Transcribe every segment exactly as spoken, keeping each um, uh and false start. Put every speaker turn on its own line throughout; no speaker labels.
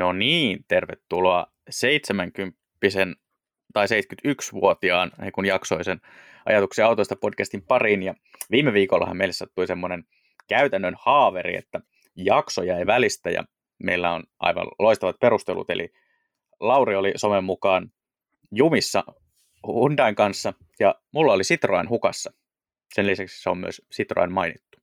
No niin, tervetuloa seitsemänkymppisen tai seitsemänkymmentäyksivuotiaan kun jaksoisen ajatuksia autoista podcastin pariin. Ja viime viikollahan meille sattui semmoinen käytännön haaveri, että jakso jäi välistä ja meillä on aivan loistavat perustelut. Eli Lauri oli somen mukaan jumissa Hyundain kanssa ja mulla oli Citroen hukassa. Sen lisäksi se on myös Citroen mainittu.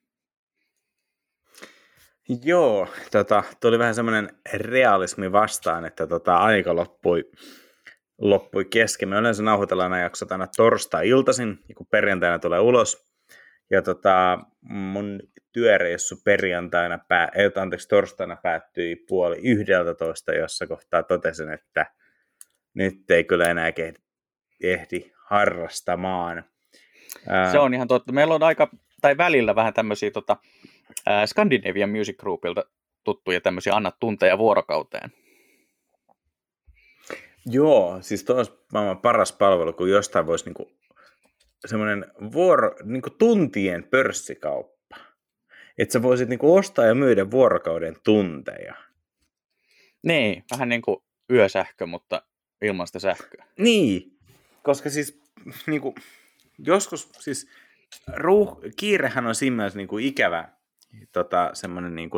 Joo, tota, tuli vähän semmoinen realismi vastaan, että tota, aika loppui, loppui kesken. Me yleensä nauhoitellaan nämä jaksot aina torstai-iltaisin, kun perjantaina tulee ulos. Ja tota, mun työreissu perjantaina, pää, anteeksi, torstaina päättyi puoli yhdeltätoista, jossa kohtaa totesin, että nyt ei kyllä enää ehdi harrastamaan.
Se on ihan totta. Meillä on aika, tai välillä vähän tämmöisiä tota, äh, Scandinavian Music Groupilta tuttuja tämmöisiä Anna tunteja vuorokauteen.
Joo, siis tuo olisi maailman paras palvelu, kun jostain voisi niinku semmoinen vuoro, niinku tuntien pörssikauppa. Että sä voisit niinku ostaa ja myydä vuorokauden tunteja.
Niin, vähän niin kuin yösähkö, mutta ilman sitä sähköä.
Niin, koska siis niinku, joskus siis ruuh, kiirehän on siinä mielessä niinku ikävä tota, semmoinen niinku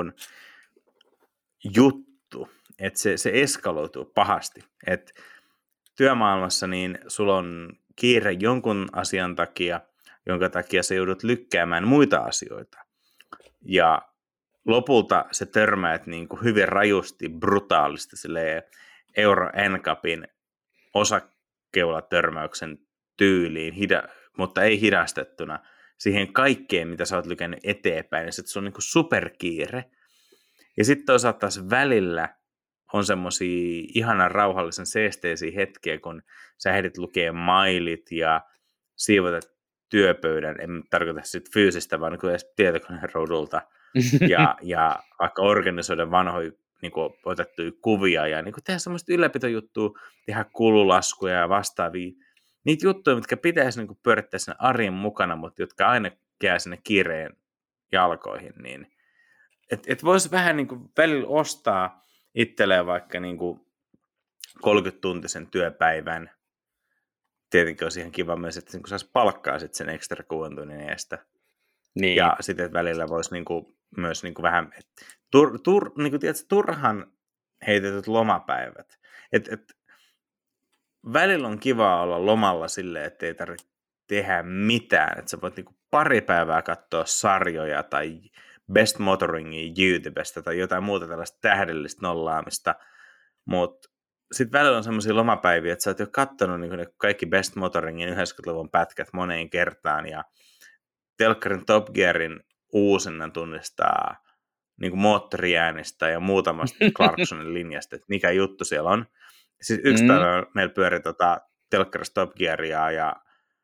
juttu, että se, se eskaloituu pahasti. Et työmaailmassa niin sulla on kiire jonkun asian takia, jonka takia sä joudut lykkäämään muita asioita. Ja lopulta sä törmäät niin kuin hyvin rajusti, brutaalisti Euro N C A Pin osakeula-törmäyksen tyyliin, hida, mutta ei hidastettuna, siihen kaikkeen, mitä sä oot lykännyt eteenpäin. Ja sit se on niin kuin superkiire. Ja sitten toisaalta taas välillä on semmoisia ihanan rauhallisen seesteisiä hetkiä, kun sä ehdit lukea mailit ja siivota työpöydän, en tarkoita sit fyysistä, vaan niin edes tietokoneen ruudulta, ja, ja vaikka organisoida vanhoja niin kuin otettuja kuvia ja niin kuin tehdä semmoista ylläpitojuttua, tehdä kululaskuja ja vastaavia. Niitä juttuja, mitkä pitäisi niin kuin pyörittää sen arjen mukana, mutta jotka aina jää sinne kiireen jalkoihin, niin että et voisi vähän niin kuin välillä ostaa itselleen vaikka niin kuin kolmekymmentätuntisen työpäivän. Tietenkin olisi ihan kiva myös, että niin saisi palkkaa sit sen ekstra kuuden tunnin eestä.
Niin.
Ja sitten välillä voisi niin kuin, myös niin kuin vähän, tur, tur, niin kuin tiedätkö, turhan heitetyt lomapäivät. Et, et, välillä on kiva olla lomalla silleen, että ei tarvitse tehdä mitään. Että sä voit niin kuin pari päivää katsoa sarjoja tai Best Motoringia YouTubesta tai jotain muuta tällaista tähdellistä nollaamista, mutta sitten välillä on semmoisia lomapäiviä, että sä oot jo katsonut niin ne kaikki Best Motoringin yhdeksänkymmentäluvun pätkät moneen kertaan, ja telkkarin Top Gearin uusinnan tunnistaa niin kuin moottoriäänistä ja muutamasta Clarksonin linjasta, että mikä juttu siellä on. Siis yksi mm. päivä meillä pyöri tota telkkarista Top Gearia, ja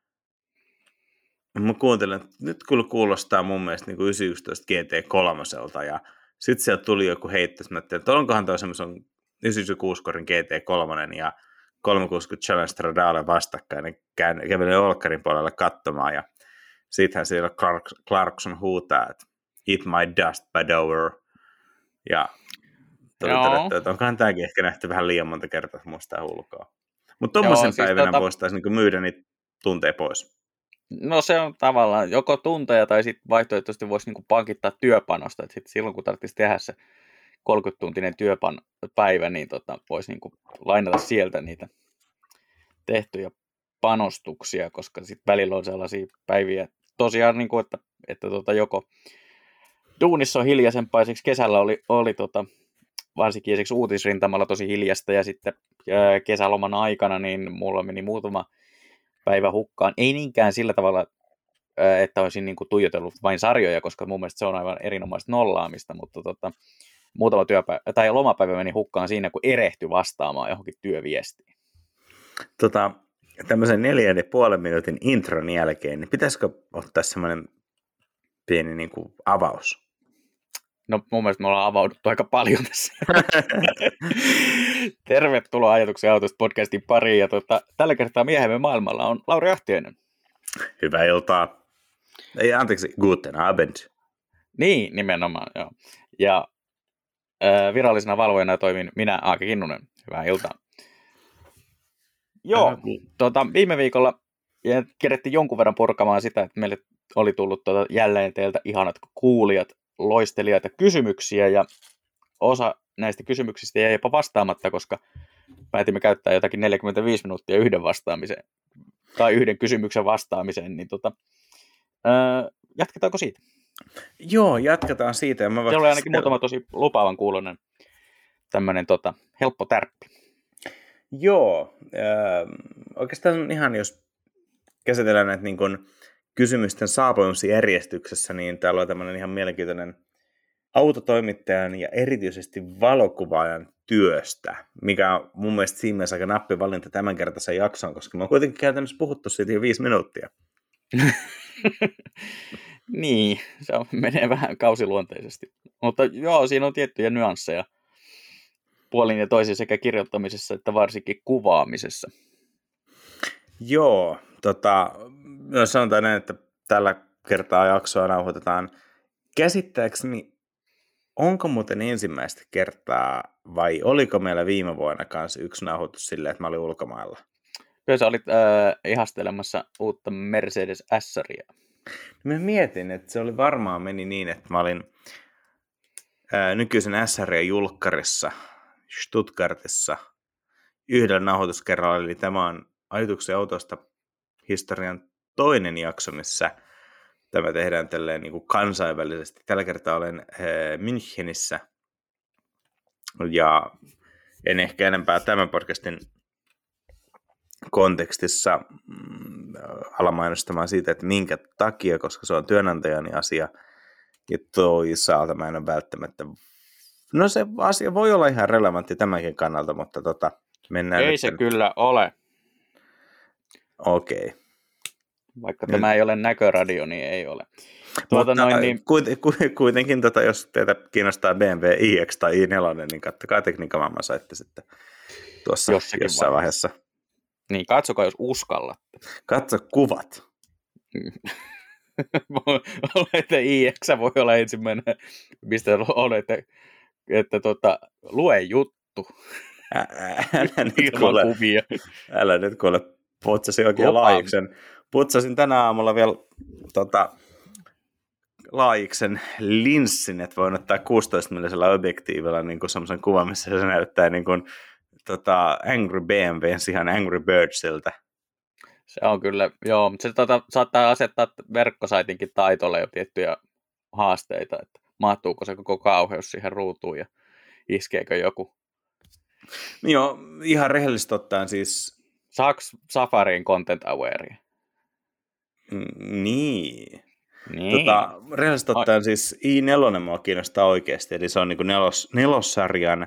mä kuuntelen, että nyt kyllä kuulostaa mun mielestä niin kuin yhdeksänsataayksitoista G T kolme, ja sitten sieltä tuli joku heitto, että mä ajattelin, että onkohan toi semmoisen yhdeksänkymmentäkuusi korin G T kolme ja kolmesataakuusikymmentä Challenge Stradale vastakkain, ja kävelin Olkkarin puolelle katsomaan, ja sittenhän siellä Clark, Clarkson huutaa, että eat my dust, Badover, ja tuli todettu, että onkohan tämäkin ehkä nähty vähän liian monta kertaa muistaa ulkoa. Mutta tommoisen siis päivänä tota voisi taas niin myydä niitä tunteja pois.
No se on tavallaan joko tunteja tai sitten vaihtoehtoisesti voisi niinku pankittaa työpanosta, että sit silloin kun tarvitsisi tehdä se kolmekymmentätuntinen työpäivä, niin tota, voisi niinku lainata sieltä niitä tehtyjä panostuksia, koska sitten välillä on sellaisia päiviä tosiaan, niinku, että, että tota, joko duunissa on hiljaisempaa, siksi kesällä oli, oli tota, varsinkin esiksi uutisrintamalla tosi hiljasta, ja sitten ää, kesäloman aikana niin mulla meni muutama päivä hukkaan. Ei niinkään sillä tavalla, että olisin niin kuin tuijotellut vain sarjoja, koska mun mielestä se on aivan erinomaista nollaamista, mutta tota, muutama työpäivä, tai lomapäivä meni hukkaan siinä, kun erehtyi vastaamaan johonkin työviestiin.
Tota, tämmöisen neljän ja puolen minuutin intron jälkeen, niin pitäisikö ottaa semmoinen pieni niin kuin avaus?
No mun mielestä me ollaan avauduttu aika paljon tässä. Tervetuloa Ajatuksia autosta podcastin pariin. Ja tota, tällä kertaa miehemme maailmalla on Lauri Ahtiainen.
Hyvää iltaa. Ei, anteeksi, guten Abend.
Niin, nimenomaan, joo. Ja Ää, virallisena valvojana toimin minä, Aake Kinnunen. Hyvää iltaa. Joo, tuota, viime viikolla kerettiin jonkun verran purkamaan sitä, että meille oli tullut tuota jälleen teiltä ihanat kuulijat, loistelijoita kysymyksiä, ja osa näistä kysymyksistä jäi jopa vastaamatta, koska päätimme käyttää jotakin neljäkymmentäviisi minuuttia yhden vastaamiseen, tai yhden kysymyksen vastaamiseen, niin tota, ää, jatketaanko siitä?
Joo, jatketaan siitä.
Se oli ainakin sitä... muutama tosi lupaavan kuulonen tämmöinen tota, helppo tärppi.
Joo, äh, oikeastaan ihan jos käsitellään näitä niin kuin kysymysten saapumisjärjestyksessä, niin täällä on tämmöinen ihan mielenkiintoinen autotoimittajan ja erityisesti valokuvaajan työstä, mikä on mun mielestä siinä mielessä aika nappivalinta tämänkertaisen jakson, koska me on kuitenkin käytännössä puhuttu siitä jo viisi minuuttia.
Niin, se on, menee vähän kausiluonteisesti. Mutta joo, siinä on tiettyjä nyansseja puolin ja toisin sekä kirjoittamisessa että varsinkin kuvaamisessa.
Joo, tota, jos sanotaan näin, että tällä kertaa jaksoa nauhoitetaan. Käsittääkseni, onko muuten ensimmäistä kertaa vai oliko meillä viime vuonna kanssa yksi nauhoitus silleen, että mä olin ulkomailla?
Kyllä sä olit äh, ihastelemassa uutta Mercedes S-saria.
Mä mietin, että se oli varmaan meni niin, että mä olin ää, nykyisen S-sarjan julkkarissa Stuttgartissa yhdellä nauhoituskerralla, eli tämä on Ajatuksia autosta historian toinen jakso, missä tämä tehdään tälleen niin kuin kansainvälisesti. Tällä kertaa olen ää, Münchenissä, ja en ehkä enempää tämän podcastin kontekstissa mm, ala mainostamaan siitä, että minkä takia, koska se on työnantajani asia, ja toisaalta mä en ole välttämättä, no se asia voi olla ihan relevantti tämänkin kannalta, mutta tota, mennään
ei
nyt.
Se kyllä ole.
Okei. Okay.
Vaikka nyt. Tämä ei ole näköradio, niin ei ole.
Tuota, mutta noin, niin... kuitenkin, tota, jos teitä kiinnostaa B M W i X tai i neljä, niin katsokaa Tekniikan Mamma saitte sitten tuossa jossain, jossain vaiheessa.
Niin, katsokaa, jos uskallatte.
Katso kuvat.
Olette I X, voi olla ensimmäinen, mistä olette, että, että tota, lue juttu.
Ä, älä, nyt kuule, älä nyt kuule, putsasin oikein laajiksen. Putsasin tänä aamulla vielä tota, laajiksen linssin, että voin ottaa kuusitoista millimetrisellä objektiivilla niin semmoisen kuvan, missä se näyttää niin kuin tota, Angry B M W:n ihan Angry Birdsiltä.
Se on kyllä, joo, mutta se tota, saattaa asettaa verkkosaitinkin taitolle jo tiettyjä haasteita, että mahtuuko se koko kauheus siihen ruutuun ja iskeekö joku.
Joo, ihan rehellisesti ottaen siis...
Saaks Safariin content awareia?
Mm, niin.
niin.
Tota, rehellisesti ottaen Ai. siis i neljä mua kiinnostaa oikeasti, eli se on niinku nelos, nelossarjan...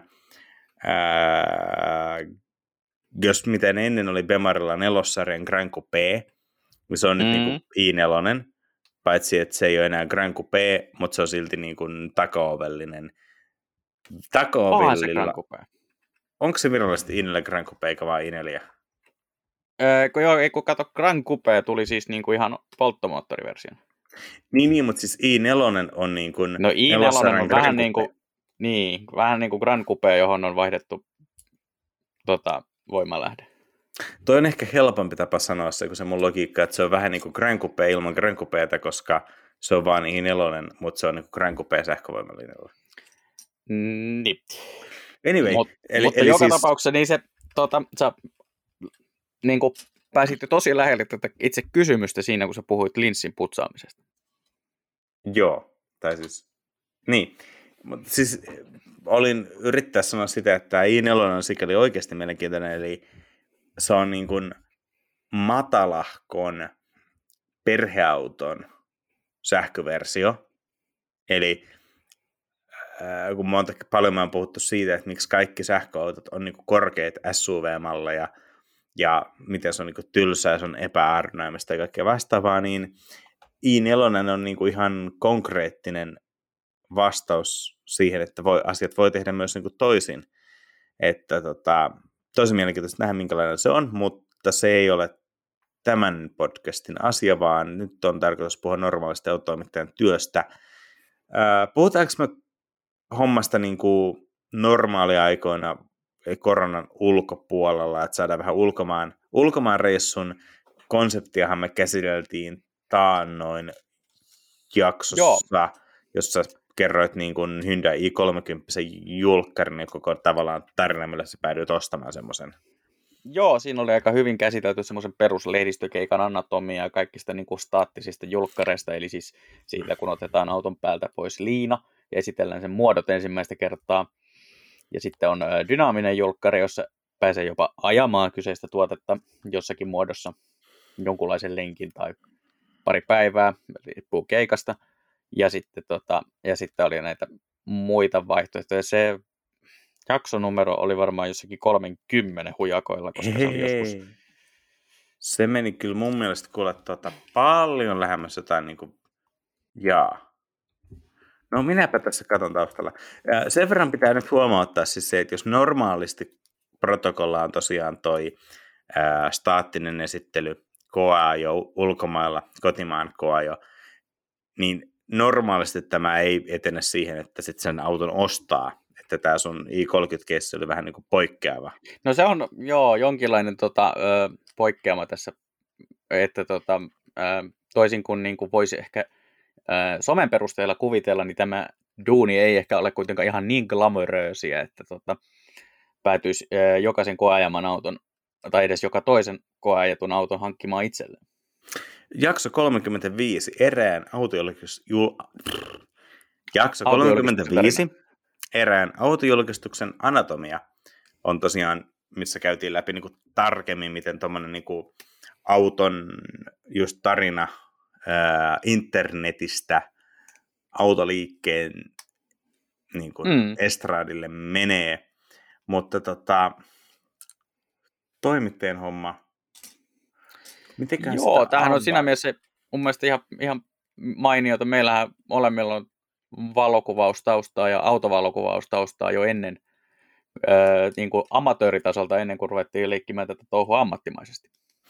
Ää, jos miten ennen oli Bemarilla nelossarjan Grand Coupe, niin se on mm. nyt niin kuin i neljä, paitsi että se ei ole enää Grand Coupe, mutta se on silti niin kuin takaovellinen. Takaovellilla. Onko se virallisesti i neljä Grand Coupe eikä vaan i neljä?
Öö, kun joo, kun kato, Grand Coupe tuli siis niin kuin ihan polttomoottoriversio.
Niin, niin, mutta siis i neljä on niin kuin
no i neljä on vähän niin kuin, niin, vähän niin kuin Grand Coupe, johon on vaihdettu tota, voimalähde.
Toi on ehkä helpompi tapa sanoa se, kun se mun logiikka, että se on vähän niin kuin Grand Coupe ilman Grand Coupeeta, koska se on vaan i neljä, mutta se on niin kuin Grand Coupe sähkövoimalinjalla.
Mm, niin.
Anyway.
Mut,
eli,
mutta
eli
joka
siis...
tapauksessa niin se, tota, sä niin kuin pääsit tosi lähelle tätä itse kysymystä siinä, kun sä puhuit linssin putsaamisesta.
Joo, tai siis, niin. Mutta siis olin yrittää sanoa sitä, että i neljä on sikäli oikeasti mielenkiintoinen, eli se on niin kuin matalahkon perheauton sähköversio. Eli äh, kun monta, paljon mä oon puhuttu siitä, että miksi kaikki sähköautot on niin kuin korkeita S U V-malleja ja miten se on niin kuin tylsää, se on epääärnäimistä ja kaikkea vastaavaa, niin i neljä on niin kuin ihan konkreettinen vastaus siihen, että voi, asiat voi tehdä myös niin kuin toisin. Että tota, tosi mielenkiintoista nähdä, minkälainen se on, mutta se ei ole tämän podcastin asia, vaan nyt on tarkoitus puhua normaalista autotoimittajan työstä. Ää, puhutaanko me hommasta niin kuin normaaliaikoina koronan ulkopuolella, että saadaan vähän ulkomaan, ulkomaan reissun konseptiahan me käsiteltiin taannoin
Joo,
jaksossa, jossa kerroit niin kuin Hyundai i kolmekymmentä julkkarin ja koko tavallaan tarina, millä sä päädyit ostamaan semmoisen.
Joo, siinä oli aika hyvin käsitelty semmoisen peruslehdistökeikan anatomia ja kaikista niin kuin staattisista julkkareista, eli siis siitä, kun otetaan auton päältä pois liina ja esitellään sen muodot ensimmäistä kertaa. Ja sitten on dynaaminen julkkari, jossa pääsee jopa ajamaan kyseistä tuotetta jossakin muodossa jonkunlaisen lenkin tai pari päivää, riippuu keikasta. Ja sitten, tota, ja sitten oli näitä muita vaihtoehtoja. Se jaksonumero oli varmaan jossakin kolmenkymmenen hujakoilla, koska
Hei,
se oli joskus...
Se meni kyllä mun mielestä kuule tuota, paljon lähemmäs jotain niin kuin... Jaa. No minäpä tässä katon taustalla. Ja sen verran pitää nyt huomauttaa siis se, että jos normaalisti protokolla on tosiaan toi ää, staattinen esittely, koeajo ulkomailla, kotimaan koeajo, niin normaalisti tämä ei etene siihen, että sitten sen auton ostaa. Että tämä sun i kolmekymmentä-keissi oli vähän niin kuin poikkeava.
No se on, joo, jonkinlainen tota, ö, poikkeama tässä, että tota, ö, toisin kuin, niin kuin voisi ehkä ö, somen perusteella kuvitella, niin tämä duuni ei ehkä ole kuitenkaan ihan niin glamoröösiä, että tota, päätyisi ö, jokaisen koeajaman auton, tai edes joka toisen koeajatun auton hankkimaan itselleen.
Jakso kolmekymmentäviisi, erään autojulkistus... Jul... Jakso kolmekymmentäviisi, erään autojulkistuksen anatomia on tosiaan, missä käytiin läpi niin kuin tarkemmin, miten tuommoinen niin kuin auton just tarina ää, internetistä autoliikkeen niin kuin mm. estradille menee. Mutta tota, toimittajien homma, mitenkään
Joo, tämähän on siinä mielessä mun mielestä ihan, ihan mainiota. Meillähän molemmilla on valokuvaustaustaa ja autovalokuvaustaustaa jo ennen, öö, niin kuin amatööritasolta ennen kuin ruvettiin leikkimään tätä touhua ammattimaisesti.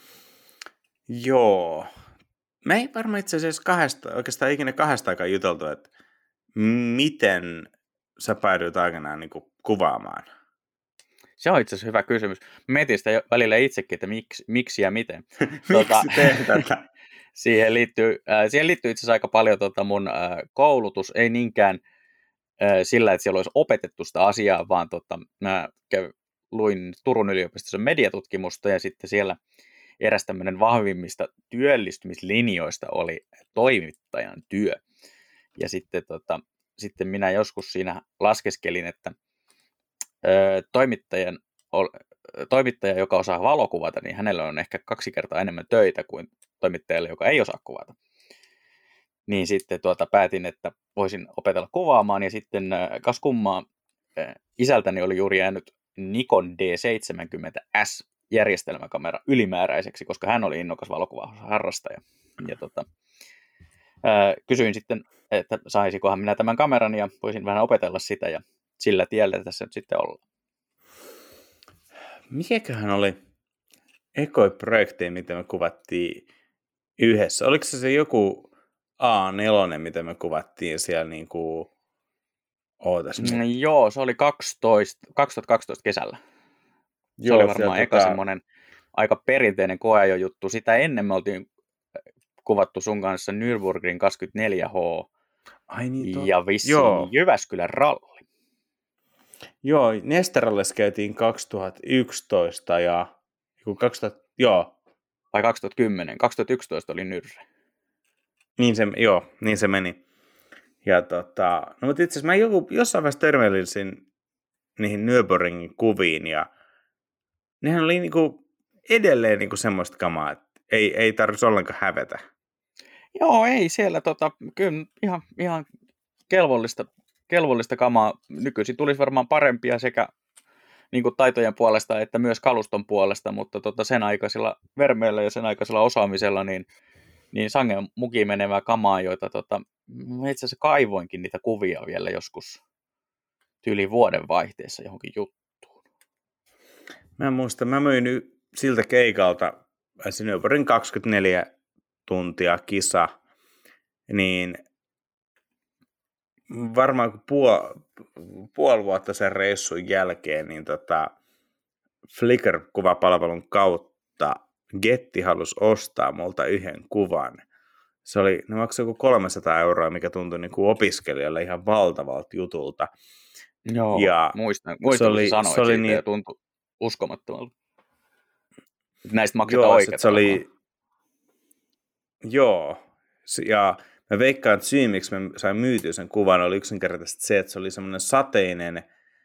Joo. Me ei varmaan itse asiassa kahdesta, oikeastaan ikinä kahdesta aikaa juteltu, että miten sä päädyit aikanaan niin kuin kuvaamaan?
Se on itse asiassa hyvä kysymys. Mietin sitä välillä itsekin, että miksi, miksi ja miten.
Miksi tuota, teet tätä?
Siihen liittyy, äh, siihen liittyy itse asiassa aika paljon tota mun äh, koulutus, ei niinkään äh, sillä, että siellä olisi opetettu sitä asiaa, vaan tota, mä käy, luin Turun yliopistossa mediatutkimusta ja sitten siellä eräs tämmöinen vahvimmista työllistymislinjoista oli toimittajan työ. Ja sitten, tota, sitten minä joskus siinä laskeskelin, että ö, toimittajan, toimittaja, joka osaa valokuvata, niin hänellä on ehkä kaksi kertaa enemmän töitä kuin toimittajalle, joka ei osaa kuvata. Niin sitten tuota, päätin, että voisin opetella kuvaamaan, ja sitten äh, kas kummaa, äh, isältäni oli juuri jäänyt Nikon D seitsemänkymmentä S järjestelmäkamera ylimääräiseksi, koska hän oli innokas valokuvaharrastaja. Ja tota, ää, kysyin sitten, että saisikohan minä tämän kameran ja voisin vähän opetella sitä ja sillä tiellä tässä nyt sitten ollaan.
Mikäköhän oli ekoi projekti, mitä me kuvattiin yhdessä? Oliko se se joku A neljä, mitä me kuvattiin siellä niin kuin... Ootas
mm, Joo, se oli kaksitoista, kaksituhattakaksitoista kesällä. Se Joo, oli varmaan eka tota... semmoinen aika perinteinen koeajojuttu. Sitä ennen me oltiin kuvattu sun kanssa Nürburgring kaksikymmentäneljä H
Ai niin,
ja vissiin Jyväskylän ralli.
Joo, Nesterallessa käytiin kaksituhattayksitoista ja kaksituhatta, joo.
Vai kaksituhattakymmenen. kaksituhattayksitoista oli Nyrre.
Niin se, joo, niin se meni. Ja tota, no mutta itse asiassa mä joku, jossain vaiheessa törmäilisin niihin Nürburgringin kuviin ja nehän oli niinku edelleen niinku semmoista kamaa, että ei, ei tarvitsisi ollenkaan hävetä.
Joo, ei siellä tota, kyllä ihan, ihan kelvollista, kelvollista kamaa. Nykyisin tulisi varmaan parempia sekä niin kuin taitojen puolesta että myös kaluston puolesta, mutta tota, sen aikaisella vermeillä ja sen aikaisella osaamisella niin, niin sangen mukiin menevää kamaa, joita tota, itse asiassa kaivoinkin niitä kuvia vielä joskus tyyliin vuoden vaihteessa johonkin juttuun.
Mä muistan, mä myin siltä keikalta Nürburgring kaksikymmentäneljä tuntia kisa, niin varmaan kun puol, puoli vuotta sen reissun jälkeen, niin tota Flickr-kuvapalvelun kautta Getty halusi ostaa multa yhden kuvan. Se oli, ne maksoi joku kolmesataa euroa, mikä tuntui niin kuin opiskelijalle ihan valtavalta jutulta.
Joo,
ja
muistan, muistan kun sä sanoit
se oli
siitä
niin,
ja tuntui uskomattomalta. Näistä maksetaan
joo,
oikeat
se oli, joo, ja mä veikkaan, että syy, miksi mä sain myytyä sen kuvan, oli yksinkertaisesti se, että se oli semmoinen sateinen,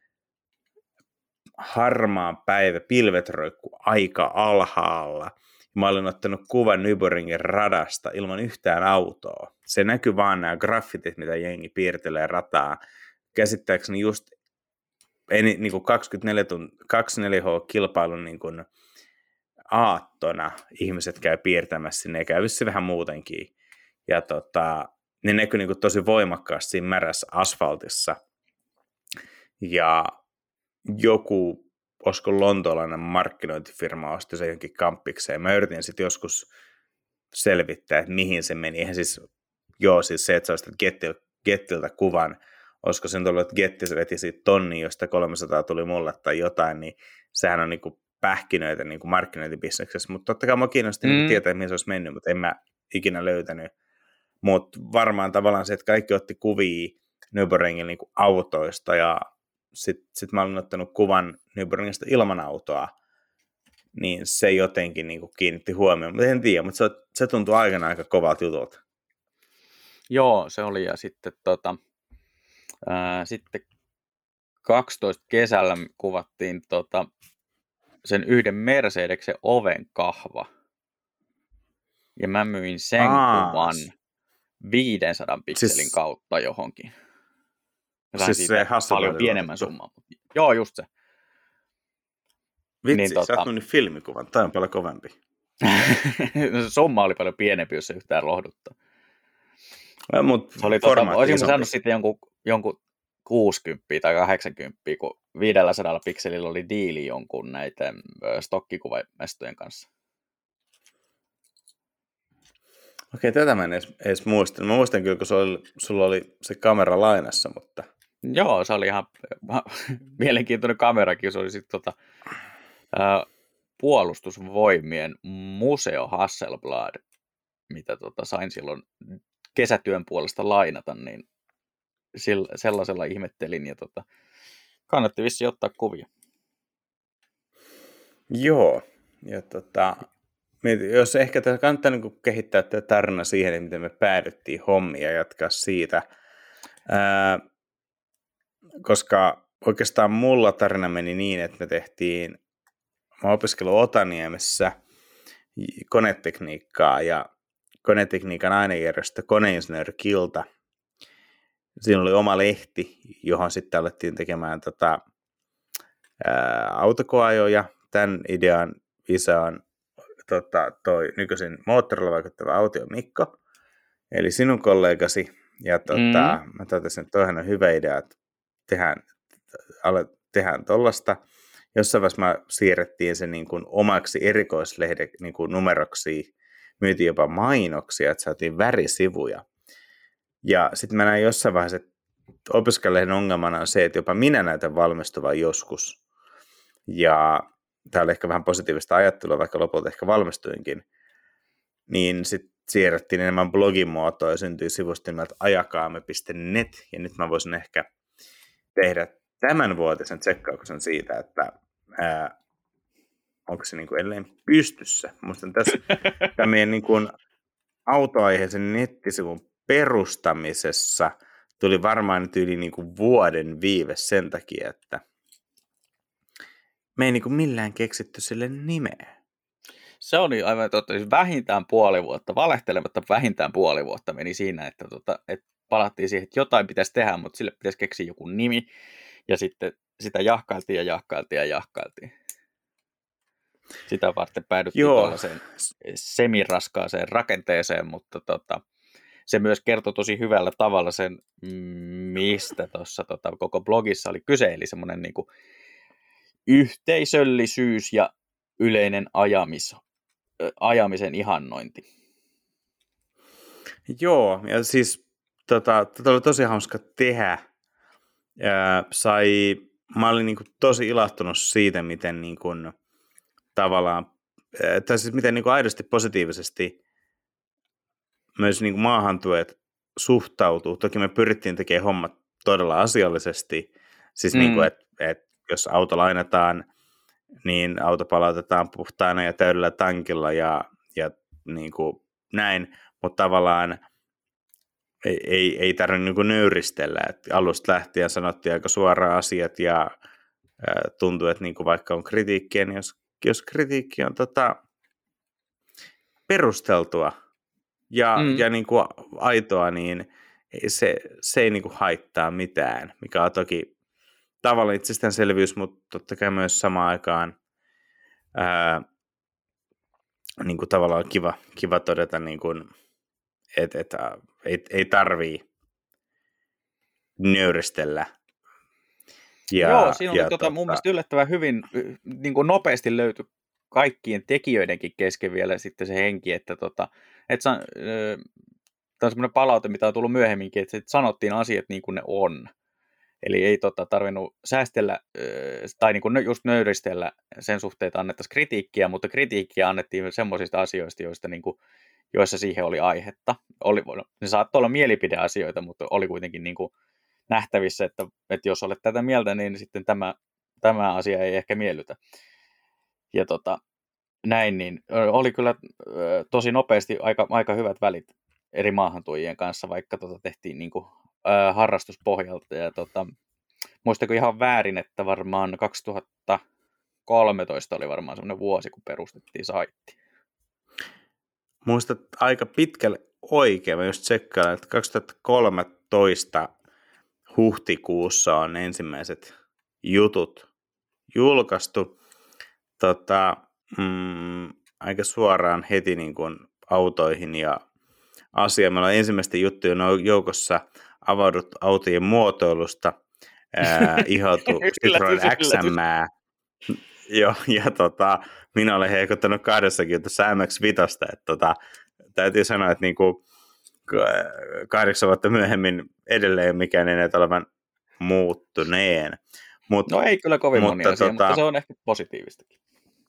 harmaa päivä, pilvet roikku aika alhaalla. Mä olin ottanut kuvan Nürburgringin radasta ilman yhtään autoa. Se näkyy vaan nämä graffitit, mitä jengi piirtelee rataa. Käsittääkseni just ei, niin kuin kaksikymmentäneljä, tunt- kaksikymmentäneljä H-kilpailun niin kuin aattona ihmiset käy piirtämässä sinne ja käy vissiin vähän muutenkin. Ja tota, ne näkyy niin kuin tosi voimakkaasti siinä märässä asfaltissa. Ja joku, olisiko lontoolainen markkinointifirma osti se johonkin kamppikseen. Mä yritin sitten joskus selvittää, että mihin se meni. Eihän siis, joo, siis se, että sä ostat Gettiltä, Gettiltä kuvan, olisiko sen tullut, että Getti se veti siitä tonni, josta kolmesataa tuli mulle tai jotain, niin sehän on niinku pähkinöitä niinku markkinointibisneksessä. Mutta totta kai mä kiinnosti mm. niinku tietää, mihin se olisi mennyt, mutta en mä ikinä löytänyt. Mutta varmaan tavallaan se, että kaikki otti kuvia Nürburgringin niinku autoista ja sitten sit mä olin ottanut kuvan Nürburgringistä ilman autoa, niin se jotenkin niin kuin kiinnitti huomioon. Mutta en tiedä, mutta se, se tuntui aikana aika kovalta jutulta.
Joo, se oli. Ja sitten, tota, ää, sitten kaksitoista kesällä kuvattiin tota, sen yhden Mercedeksen oven kahva. Ja mä myin sen Aa, kuvan viisisataa pikselin siis, kautta johonkin.
Siis se
paljon pienemmän summan. Joo, just se.
Vitsi, niin, sä tota... oot myynyt filmikuvan. Tämä on paljon kovempi.
Se summa oli paljon pienempi, jos se yhtään lohduttaa.
No, mut
se oli tota, olisin saanut sitten jonkun, jonkun kuusikymmentä tai kahdeksankymmentä, kun viisisataa pikselillä oli diili jonkun näiden stokkikuvamestojen kanssa.
Okei, tätä mä en edes, edes muistan. Mä muistan kyllä, kun sulla oli, sulla oli se kamera lainassa, mutta...
Joo, se oli ihan mielenkiintoinen kamerakin. Se oli sitten tota, ää, puolustusvoimien Museo Hasselblad, mitä tota, sain silloin kesätyön puolesta lainata, niin sillä, sellaisella ihmettelin ja tota, kannatti vissiin ottaa kuvia.
Joo, ja tota, jos ehkä tässä kannattaa niin kehittää tätä tarina siihen, miten me päädyttiin hommia ja jatkaa siitä, ää, koska oikeastaan mulla tarina meni niin, että me tehtiin, mä opiskelin Otaniemessä konetekniikkaa ja konetekniikan ainejärjestö Koneinsinööri Kilta. Siinä oli oma lehti, johon sitten alettiin tekemään tota, ää, autokoajoja. Tämän idean isä on tota, toi nykyisin moottorilla vaikuttava Autio Mikko, eli sinun kollegasi. Ja tota, mm. mä totesin, että toihan on hyvä idea, että tehdään, tehdään tollasta. Jossain vaiheessa mä siirrettiin se niin kuin omaksi erikoislehden niin kuin numeroksi, myytiin jopa mainoksia, että saatiin värisivuja. Ja sitten mä näin jossain vaiheessa, että opiskelijan ongelmana on se, että jopa minä näytän valmistuvan joskus. Ja tää oli ehkä vähän positiivista ajattelua, vaikka lopulta ehkä valmistuinkin. Niin sitten siirrettiin enemmän blogin muotoa ja syntyi sivusto nimeltä ajakaame piste net. Ja nyt mä voisin ehkä tehdä tämän vuotisen tsekkauksen siitä, että ää, onko se niin kuin edelleen pystyssä. Muistan tässä tämän meidän niin kuin autoaiheisen nettisivun perustamisessa tuli varmaan nyt yli niin kuin vuoden viive sen takia, että me ei niin kuin millään keksitty sille nimeä.
Se oli aivan totta, siis vähintään puoli vuotta, valehtelematta vähintään puoli vuotta meni siinä, että, tota, että palattiin siihen, että jotain pitäisi tehdä, mutta sille pitäisi keksiä joku nimi, ja sitten sitä jahkailtiin ja jahkailtiin ja jahkailtiin. Sitä varten päädyttiin tuollaiseen semiraskaaseen rakenteeseen, mutta tota, se myös kertoi tosi hyvällä tavalla sen, mistä tuossa tota, koko blogissa oli kyse, eli semmoinen niin kuin yhteisöllisyys ja yleinen ajamis, ajamisen ihannointi.
Joo, ja siis tota, tota oli tosi hauska tehdä. Ja sai, mä olin niin kuin tosi ilahtunut siitä, miten niin kuin, tavallaan, tai siis miten niin kuin aidosti positiivisesti myös niin kuin maahantuojat suhtautuu. Toki me pyrittiin tekemään hommat todella asiallisesti, siis niin kuin,
Mm.
että et jos auto lainataan, niin auto palautetaan puhtaana ja täydellä tankilla ja, ja niin kuin näin, mutta tavallaan ei, ei, ei tarvitse niin kuin nöyristellä. Et alusta lähtien sanottiin aika suoraan asiat ja ää, tuntuu, että niin kuin vaikka on kritiikkiä, niin jos, jos kritiikki on tota, perusteltua ja,
Mm.
ja niin kuin aitoa, niin se, se ei niin kuin haittaa mitään, mikä on toki tavallaan itsestäänselvyys, mutta totta kai myös samaan aikaan ää, niin kuin tavallaan kiva, kiva todeta, niin kuin, että, että ei, ei tarvii nöyristellä. Ja,
Joo, siinä oli
ja
tota,
tota,
mun mielestä yllättävän hyvin y- niin kuin nopeasti löytyi kaikkien tekijöidenkin kesken vielä sitten se henki, että tota, et sa, ö, tämä on semmoinen palaute, mitä on tullut myöhemminkin, että sit sanottiin asiat niin kuin ne on. Eli ei tota, tarvinnut säästellä ö, tai niin kuin just nöyristellä sen suhteen, että annettaisiin kritiikkiä, mutta kritiikkiä annettiin semmoisista asioista, joista niin kuin, joissa siihen oli aihetta. Oli, ne saattoi olla mielipideasioita, mutta oli kuitenkin niin kuin nähtävissä, että, että jos olet tätä mieltä, niin sitten tämä, tämä asia ei ehkä miellytä. Ja tota, näin, niin oli kyllä ö, tosi nopeasti aika, aika hyvät välit eri maahantuojien kanssa, vaikka tota tehtiin niin kuin, ö, harrastuspohjalta. Ja tota, muistako ihan väärin, että varmaan kaksituhattakolmetoista oli varmaan semmoinen vuosi, kun perustettiin saitti.
muistat aika pitkälle oikein, mä just tsekkailen, että kaksituhattakolmetoista huhtikuussa on ensimmäiset jutut julkaistu. Tota, mm, aika suoraan heti niin kuin autoihin ja asiaan. Meillä on ensimmäisten juttujen joukossa avaudut autojen muotoilusta, ää, ihautu Citroen X M. Joo, ja tota, minä olen heikottanut kahdessakin jutussa M X viisi, että tota, täytyy sanoa, että niinku, kahdeksan vuotta myöhemmin edelleen mikään ei näytä olevan muuttuneen. Mut,
No ei kyllä kovin
mutta,
moni asia,
tota,
mutta se on ehkä positiivistakin.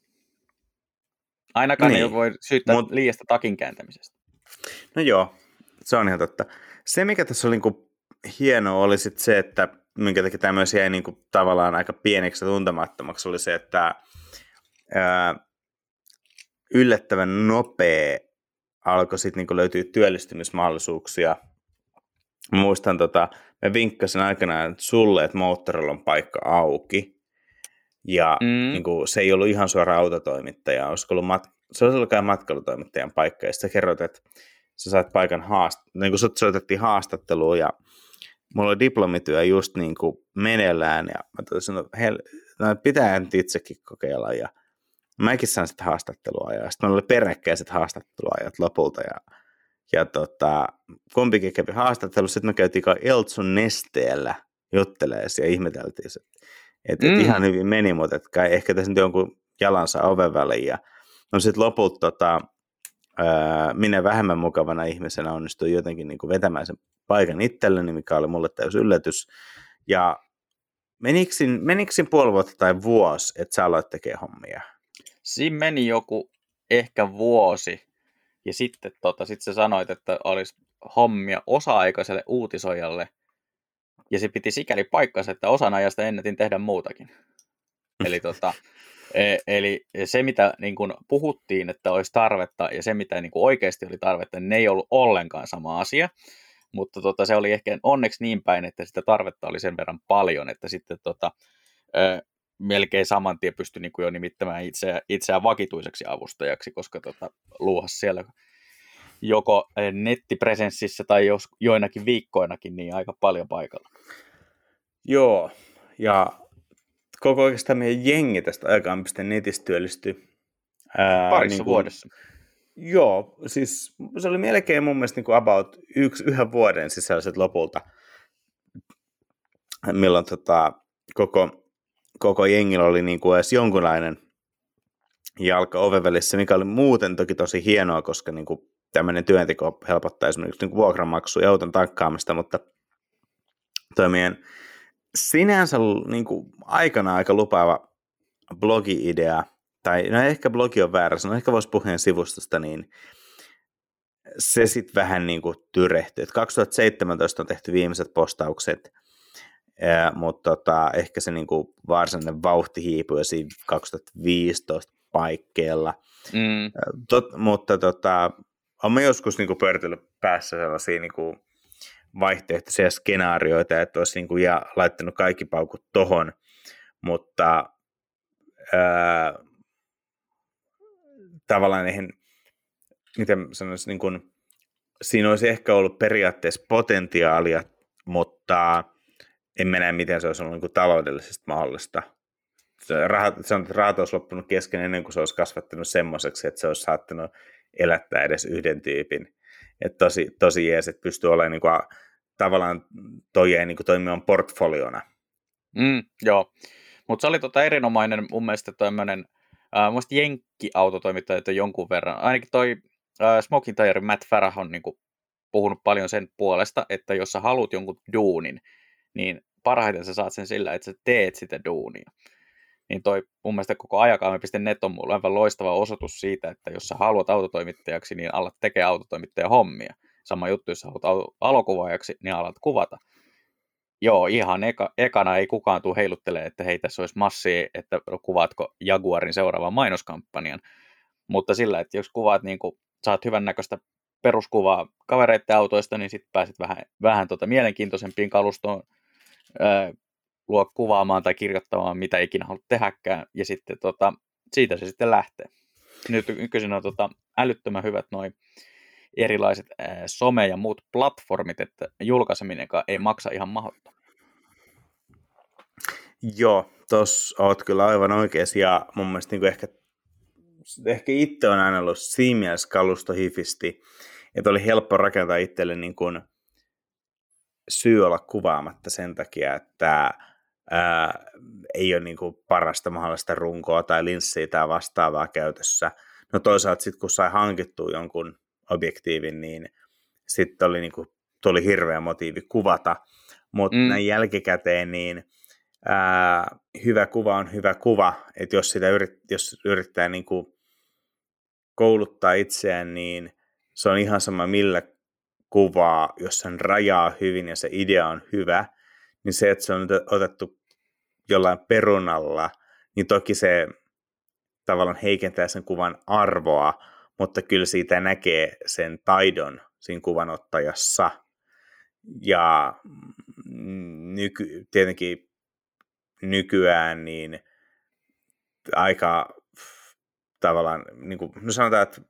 Ainakaan niin, ei voi syyttää mut, liiasta takin kääntämisestä.
No joo, se on ihan totta. Se, mikä tässä oli niinku hienoa, oli sit se, että minkä takia tämä myös jäi niinku tavallaan aika pieneksi ja tuntemattomaksi, oli se, että ää, yllättävän nopea alkoi sitten niinku löytyä työllistymismahdollisuuksia. Mä muistan, tota, mä vinkkasin aikanaan sulle, että moottorilla on paikka auki. Ja mm. niinku, se ei ollut ihan suora autotoimittaja, olisiko ollut mat- se olisi ollut matkailutoimittajan paikka. Ja sitten sä kerrot, että sä saat paikan haast- niin kuin sut soitettiin haastatteluun ja mulla oli diplomityö just niin kuin meneillään ja mä toisin, että hel- no, pitää nyt itsekin kokeilla ja mäkin sain sitten haastattelua ja sitten meillä oli peräkkäiset haastatteluajat lopulta ja, ja tota, kumpikin kävi haastattelussa, sitten me käytiin Eltsun Nesteellä juttelemaan ja ihmeteltiin se, että mm. et ihan hyvin meni, mutta et kai ehkä tässä nyt jonkun jalansa oven väliin ja no sitten lopulta tota, ää, minä vähemmän mukavana ihmisenä onnistuin jotenkin niin kuin vetämään sen paikan itselleni, mikä oli mulle täysin yllätys. Ja menikö menikö puoli vuotta tai vuosi, että sä aloit tekemään hommia?
Siinä meni joku ehkä vuosi. Ja sitten tota, sit sä sanoit, että olisi hommia osa-aikaiselle uutisoijalle. Ja se piti sikäli paikkansa, että osan ajasta ennätin tehdä muutakin. Eli tota... Eli se, mitä niin kuin puhuttiin, että olisi tarvetta, ja se, mitä niin kuin oikeasti oli tarvetta, niin ne ei ollut ollenkaan sama asia. Mutta tota, se oli ehkä onneksi niin päin, että sitä tarvetta oli sen verran paljon, että sitten tota, ö, melkein saman tien pystyi niin kuin jo nimittämään itseään, itseään vakituiseksi avustajaksi, koska tota, luuhasi siellä joko nettipresenssissä tai jos, joinakin viikkoinakin niin aika paljon paikalla.
Joo, ja koko oikeastaan meidän jengi tästä aikaan sitten netissä työllistyi.
Ää, Parissa niin kuin, vuodessa.
Joo, siis se oli melkein mun mielestä niin kuin about yksi, yhden vuoden sisäiset lopulta, milloin tota, koko, koko jengillä oli niin kuin edes jonkunlainen jalka oven välissä, mikä oli muuten toki tosi hienoa, koska niin kuin tämmöinen työnteko helpottaa esimerkiksi niin vuokranmaksua ja auton tankkaamista, mutta toi meidän sinänsä niin kuin aikana aika lupaava blogi-idea, tai no ehkä blogi on väärä, no ehkä voisi puheen sivustosta, niin se sitten vähän niin kuin tyrehtyi. kaksituhattaseitsemäntoista on tehty viimeiset postaukset, ja, mutta tota, ehkä se niin kuin varsinainen vauhti hiipui siinä kaksituhattaviisitoista paikkeilla.
Mm.
Tot, mutta tota, olen joskus niin kuin pyöritellyt päässä sellaisia niin kuin vaihtoehtoisia skenaarioita, että olisi niin kuin ja laittanut kaikki paukut tohon, mutta ää, tavallaan eihän, miten sanoisin, niin kuin, siinä olisi ehkä ollut periaatteessa potentiaalia, mutta en mä näe, miten se olisi ollut niin kuin taloudellisesti mahdollista. Se rahat, se on, että rahat olisi loppunut kesken ennen kuin se olisi kasvattanut semmoiseksi, että se olisi saattanut elättää edes yhden tyypin. Että tosi, tosi jees, että pystyy olemaan niin kuin, tavallaan toi ei niin kuin toimimaan portfoliona.
Mm, joo, mutta se oli tota erinomainen mun mielestä tämmöinen, äh, mun mielestä jenkki-autotoimittajat on jonkun verran, ainakin toi äh, Smoking Tiren Matt Farah on niin kuin puhunut paljon sen puolesta, että jos sä haluat jonkun duunin, niin parhaiten sä saat sen sillä, että sä teet sitä duunia. Niin toi mun mielestä koko ajakaame piste net on mulle aivan loistava osoitus siitä, että jos sä haluat autotoimittajaksi, niin alat tekee autotoimittajan hommia. Sama juttu, jos sä haluat valokuvaajaksi, niin alat kuvata. Joo, ihan eka, ekana ei kukaan tule heiluttelemaan, että hei, tässä olisi massia, että kuvaatko Jaguarin seuraavan mainoskampanjan. Mutta sillä, että jos kuvaat, niin kuin, saat hyvän näköistä peruskuvaa kavereiden autoista, niin sitten pääset vähän, vähän tota mielenkiintoisempiin kalustoon, ää, luo kuvaamaan tai kirjoittamaan, mitä ikinä haluat tehdäkään, ja sitten tota, siitä se sitten lähtee. Nyt nykyisin on tota, älyttömän hyvät noin erilaiset ää, some- ja muut platformit, että julkaiseminenkaan ei maksa ihan mahdottomasti.
Joo, tossa oot kyllä aivan oikeassa, ja mun mielestä niin ehkä, ehkä itse on aina ollut siinä mielessä kalustohifisti, että oli helppo rakentaa itselle niin kuin syy olla kuvaamatta sen takia, että ää, ei ole niin kuin parasta mahdollista runkoa tai linssiä tai vastaavaa käytössä. No toisaalta sitten kun sai hankittua jonkun objektiivin, niin sitten oli, niin kuin, tuli hirveä motiivi kuvata, mutta mm. näin jälkikäteen niin ää, hyvä kuva on hyvä kuva, että jos, sitä yrit, jos yrittää niin kuin kouluttaa itseään, niin se on ihan sama millä kuvaa, jos sen rajaa hyvin ja se idea on hyvä, niin se, että se on otettu jollain perunalla, niin toki se tavallaan heikentää sen kuvan arvoa, mutta kyllä siitä näkee sen taidon siinä kuvanottajassa. Ja nyky, tietenkin nykyään niin aika tavallaan, niin kuin, no sanotaan, että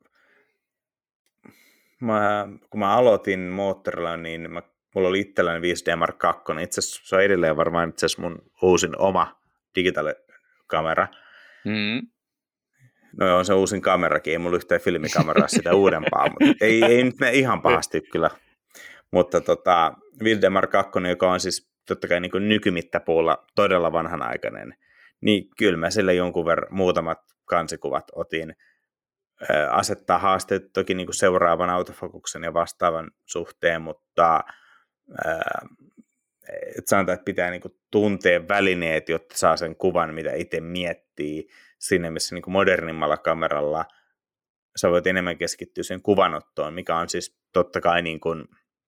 mä, kun mä aloitin moottorilla, niin mä, mulla oli itselläni viisi D Mark kaksi, itse asiassa se on edelleen varmaan itse asiassa mun uusin oma digitaalikamera.
Mm.
No on se uusin kamerakin, ei mulla yhtään filmikameraa sitä uudempaa, mutta ei, ei nyt mene ihan pahasti kyllä. Mutta tota, viisi D Mark kaksi, joka on siis totta kai niin kuin nykymittapuulla todella vanhanaikainen, niin kyllä mä sille jonkun verran muutamat kansikuvat otin. Asettaa haasteet toki niin kuin seuraavan autofokuksen ja vastaavan suhteen, mutta ää, et sanotaan, että pitää niin kuin tuntea välineet, jotta saa sen kuvan, mitä itse miettii. Siinä missä niin kuin modernimmalla kameralla sä voit enemmän keskittyä sen kuvanottoon, mikä on siis totta kai niin kuin,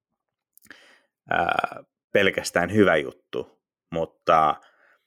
ää, pelkästään hyvä juttu, mutta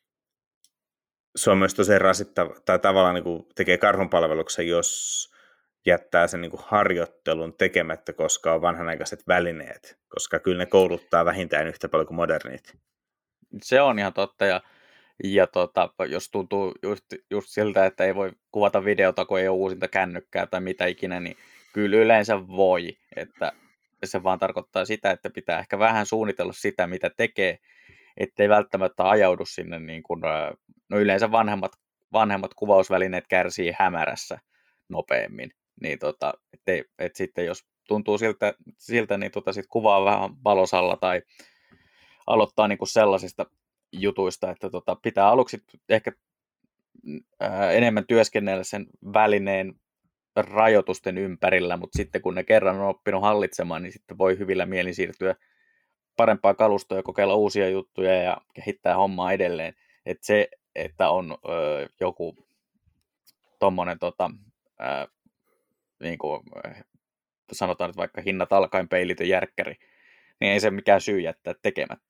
se on myös tosi rasittava, tai tavallaan niin kuin tekee karhunpalveluksen, jos jättää sen niin kuin harjoittelun tekemättä, koska on vanhanaikaiset välineet, koska kyllä ne kouluttaa vähintään yhtä paljon kuin modernit.
Se on ihan totta, ja, ja tota, jos tuntuu just, just siltä, että ei voi kuvata videota, kun ei ole uusinta kännykkää tai mitä ikinä, niin kyllä yleensä voi, että se vaan tarkoittaa sitä, että pitää ehkä vähän suunnitella sitä, mitä tekee, ettei välttämättä ajaudu sinne, niin kuin, no yleensä vanhemmat, vanhemmat kuvausvälineet kärsii hämärässä nopeammin, niin tota, ettei, et sitten jos tuntuu siltä, siltä niin tota sit kuvaa vähän valosalla tai aloittaa niin kuin sellaisista jutuista, että tota, pitää aluksi ehkä ää, enemmän työskennellä sen välineen rajoitusten ympärillä, mutta sitten kun ne kerran on oppinut hallitsemaan, niin sitten voi hyvillä mielin siirtyä parempaa kalustoa ja kokeilla uusia juttuja ja kehittää hommaa edelleen. Että se, että on ö, joku tommonen tota, ö, niin kuin, sanotaan nyt vaikka hinnat alkaen peilitön järkkäri, niin ei se mikään syy jättää tekemättä.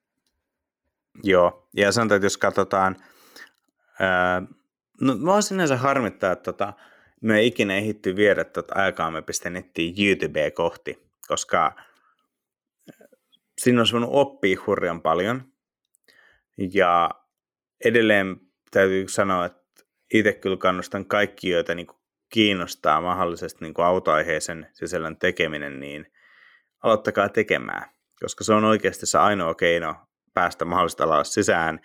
Joo, ja sanotaan, että jos katsotaan, ää, no mä sinänsä harmittaa, että tota, me ei ikinä ehditty viedä tota aikaamme.nettiin YouTubea kohti, koska siinä olisi voinut oppia hurjan paljon, ja edelleen täytyy sanoa, että itse kyllä kannustan kaikki, joita niin kuin kiinnostaa mahdollisesti niin kuin autoaiheisen sisällön tekeminen, niin aloittakaa tekemään, koska se on oikeasti se ainoa keino päästä mahdollisesti alas sisään.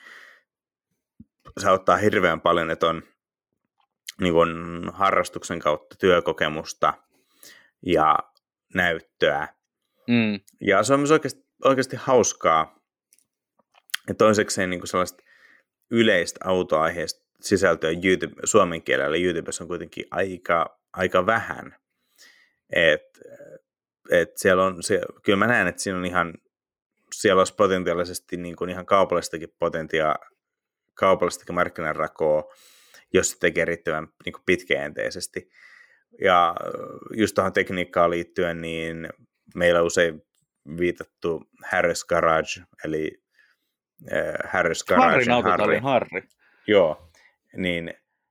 Se auttaa hirveän paljon, että on niin kuin harrastuksen kautta työkokemusta ja näyttöä. Mm. Ja se on myös oikeasti, oikeasti hauskaa. Ja toisekseen niin kuin sellaista yleistä autoaiheista sisältöä YouTube, suomen kielellä YouTubessa on kuitenkin aika, aika vähän. Et, et siellä on, se, kyllä mä näen, että siinä on ihan, siellä olisi potentiaalisesti niin kuin ihan kaupallistakin potentiaa, kaupallistakin markkinarakoa, jos se tekee riittävän niin kuin pitkäjänteisesti. Ja just tuohon tekniikkaan liittyen, niin meillä on usein viitattu Harris Garage, eli äh, Harris Garage.
Harrin autotallin Harri.
Joo, niin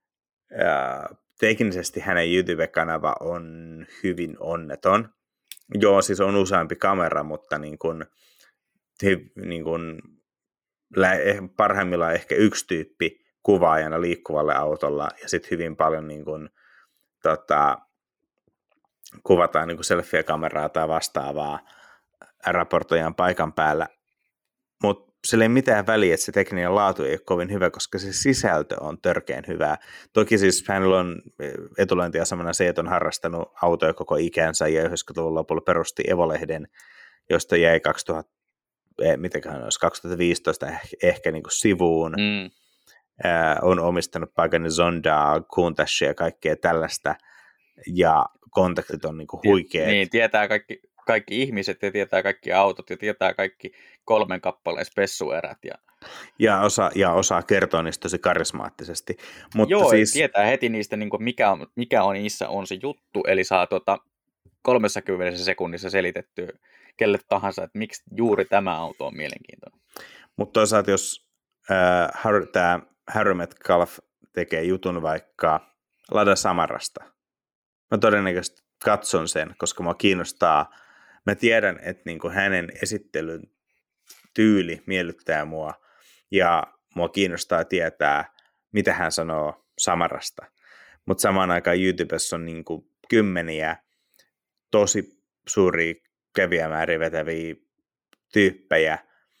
äh, teknisesti hänen YouTube-kanava on hyvin onneton. Joo, siis on useampi kamera, mutta niin kuin, niin kuin, parhaimmillaan ehkä yksi tyyppi kuvaajana liikkuvalle autolla, ja sitten hyvin paljon niin kuin, tota, kuvataan niin kuin selfie-kameraa tai vastaavaa raportoijan paikan päällä. Mutta sillä ei mitään väliä, että se tekninen laatu ei ole kovin hyvä, koska se sisältö on törkeän hyvää. Toki siis hänellä on etulyöntiasemana se, että on harrastanut autoja koko ikänsä ja yhdeksänkymmentäluvun lopulla perusti Evo-lehden, josta jäi kaksituhatta, mitenköhän olisi, kaksituhattaviisitoista ehkä, ehkä niin kuin sivuun. Mm. Äh, on omistanut paikan Zondaa, Countachia ja kaikkea tällaista, ja kontaktit on niin kuin huikeat.
Niin, tietää kaikki, kaikki ihmiset ja tietää kaikki autot ja tietää kaikki kolmen kappaleen spessuerät. Ja,
ja, osa, ja osaa kertoa niistä tosi karismaattisesti. Mutta
joo,
siis
tietää heti niistä, niin kuin mikä, on, mikä on niissä on se juttu, eli saa tota kolmekymmentä sekunnissa selitettyä kelle tahansa, että miksi juuri tämä auto on mielenkiintoinen.
Mutta toisaalta, jos äh, tämä Harry Metcalf tekee jutun vaikka Lada Samarasta, mä todennäköisesti katson sen, koska mua kiinnostaa. Mä tiedän, että niinku hänen esittelyn tyyli miellyttää mua, ja mua kiinnostaa tietää, mitä hän sanoo Samarasta. Mutta samaan aikaan YouTubessa on niinku kymmeniä tosi suuria kävijämääriä vetäviä tyyppejä,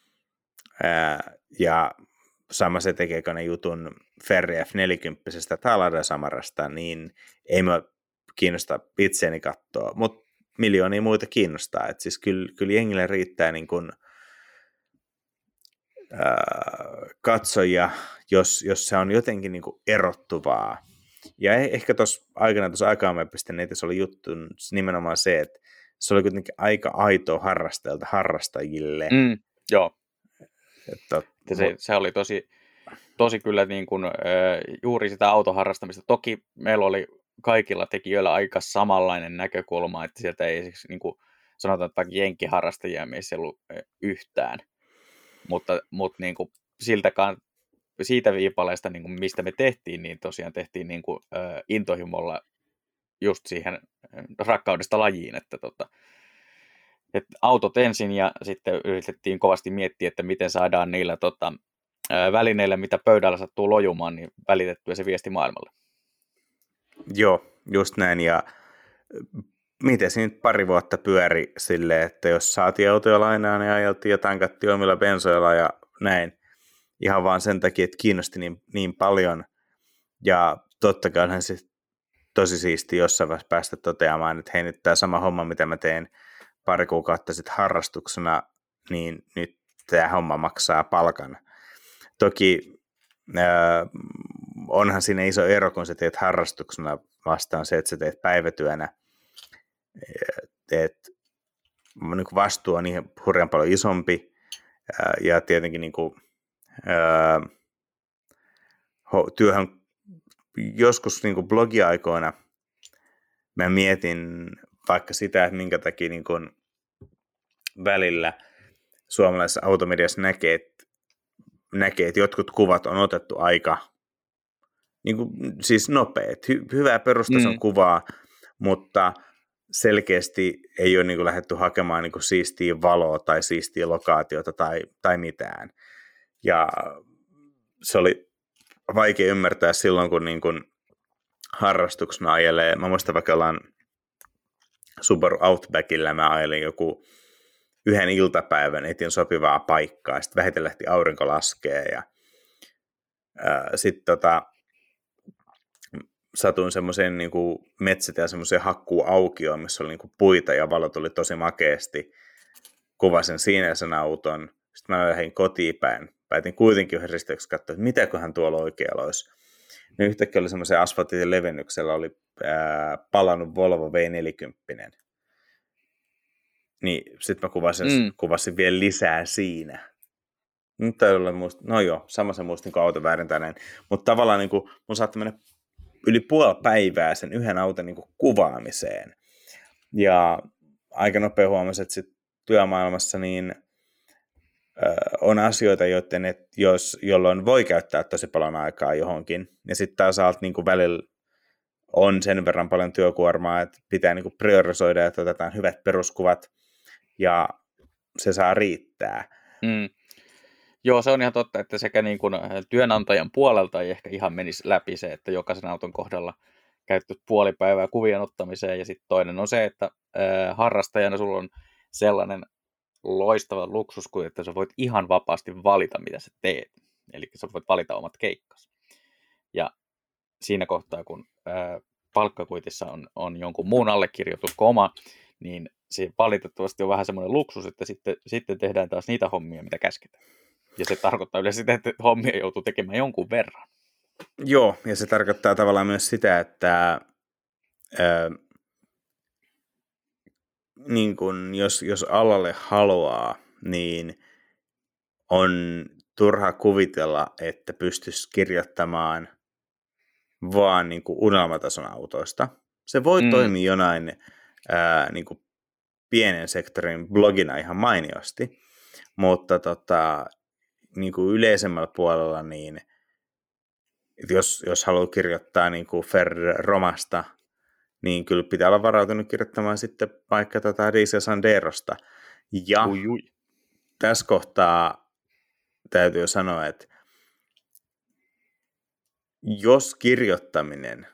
ää, ja sama se tekeekö ne jutun Ferri F neljäkymmentä tai Lada Samarasta, niin ei mä kiinnosta itseäni katsoa, mutta miljoonia muita kiinnostaa. Et siis kyllä, kyllä jengille riittää niin kun, ää, katsojia, jos, jos se on jotenkin niin kun erottuvaa. Ja ehkä tuossa aikana, tuossa aikaamme.netissä oli juttu nimenomaan se, että se oli kuitenkin aika aitoa harrastajilta harrastajille.
Mm, joo.
Että,
se, se oli tosi, tosi kyllä niin kuin, äh, juuri sitä autoharrastamista. Toki meillä oli kaikilla tekijöillä aika samanlainen näkökulma, että sieltä ei siis, niin kuin sanotaan, että jenkkiharrastajia meissä ei ollut yhtään. Mutta, mutta niin kuin siltäkään, siitä viipaleesta, niin kuin mistä me tehtiin, niin tosiaan tehtiin niin kuin, äh, intohimolla just siihen rakkaudesta lajiin, että tota, että autot ensin ja sitten yritettiin kovasti miettiä, että miten saadaan niillä tota, ää, välineillä, mitä pöydällä sattuu lojumaan, niin välitettyä se viesti maailmalle.
Joo, just näin. Ja miten se nyt pari vuotta pyöri silleen, että jos saatiin autoja lainaa, niin ajeltiin ja tankattiin omilla bensoilla ja näin. Ihan vaan sen takia, että kiinnosti niin, niin paljon. Ja totta kai onhan se tosi siisti jossain vaiheessa päästä toteamaan, että hei, nyt tämä sama homma, mitä mä teen pari kuukautta sitten harrastuksena, niin nyt tämä homma maksaa palkan. Toki ää, onhan siinä iso ero, kun sä teet harrastuksena vastaan se, että sä teet päivätyönä. Et, niin kuin vastuu on niin hurjan paljon isompi ja tietenkin niin kuin, ää, työhön joskus niin kuin blogiaikoina mä mietin vaikka sitä, että minkä takia niin kuin välillä suomalaisessa automediassa näkee, että, näkee, että jotkut kuvat on otettu aika niin kuin, siis nopeat, hy, hyvää perustason mm. kuvaa, mutta selkeästi ei ole niin kuin lähdetty hakemaan niin kuin siistiä valoa tai siistiä lokaatiota tai, tai mitään. Ja se oli vaikea ymmärtää silloin, kun niin kuin harrastuksena ajelee. Mä muistan vaikka ollaan Subaru Outbackilla, mä ajelin joku yhden iltapäivän, etin sopivaa paikkaa, sitten vähiten lähti aurinko laskee ja sitten tota, satuin semmoiseen niin kuin metsät ja semmoiseen hakkuuaukioon, missä oli niin kuin puita ja valo tuli tosi makeasti. Kuvasin siinä sen auton. Sitten mä lähdin kotiin päin. Päätin kuitenkin yhden risteyksessä katsoa, että mitäköhän tuolla oikealla olisi. Niin yhtäkkiä oli semmoisen asfalttitien levennyksellä oli ää, palannut Volvo V neljäkymmentä. Niin sitten mä kuvasin, mm. kuvasin vielä lisää siinä. Mutta ei ole muist... No joo, sama se muistin kuin auton väärintäinen. Mutta tavallaan niin kuin, mun saattoi mennä yli puoli päivää sen yhden auton niin kuin kuvaamiseen. Ja aika nopea huomasin, että sit työmaailmassa niin, ö, on asioita, joiden, et, jos, jolloin voi käyttää tosi paljon aikaa johonkin. Ja sitten taas alta niin kuin välillä on sen verran paljon työkuormaa, että pitää niin kuin priorisoida, että otetaan hyvät peruskuvat ja se saa riittää.
Mm. Joo, se on ihan totta, että sekä niin kuin työnantajan puolelta ei ehkä ihan menisi läpi se, että jokaisen auton kohdalla käytetty puoli päivää kuvien ottamiseen, ja sitten toinen on se, että äh, harrastajana sulla on sellainen loistava luksus, kuin että sä voit ihan vapaasti valita, mitä sä teet. Eli sä voit valita omat keikkas. Ja siinä kohtaa, kun äh, palkkakuitissa on, on jonkun muun allekirjoitus kuin oma, niin se valitettavasti on vähän semmoinen luksus, että sitten, sitten tehdään taas niitä hommia, mitä käsketään. Ja se tarkoittaa yleensä sitä, että hommia joutuu tekemään jonkun verran.
Joo, ja se tarkoittaa tavallaan myös sitä, että ää, niin kun jos, jos alalle haluaa, niin on turha kuvitella, että pystyisi kirjoittamaan vaan niin kuin unelmatason autoista. Se voi mm. toimia jonain ää, niin kuin pienen sektorin blogina ihan mainiosti, mutta tota, niin kuin yleisemmällä puolella, niin jos, jos haluaa kirjoittaa niin kuin Ferrari-Romasta, niin kyllä pitää olla varautunut kirjoittamaan sitten vaikka tota Diesel Sanderosta. Ja ui, ui. Tässä kohtaa täytyy sanoa, että jos kirjoittaminen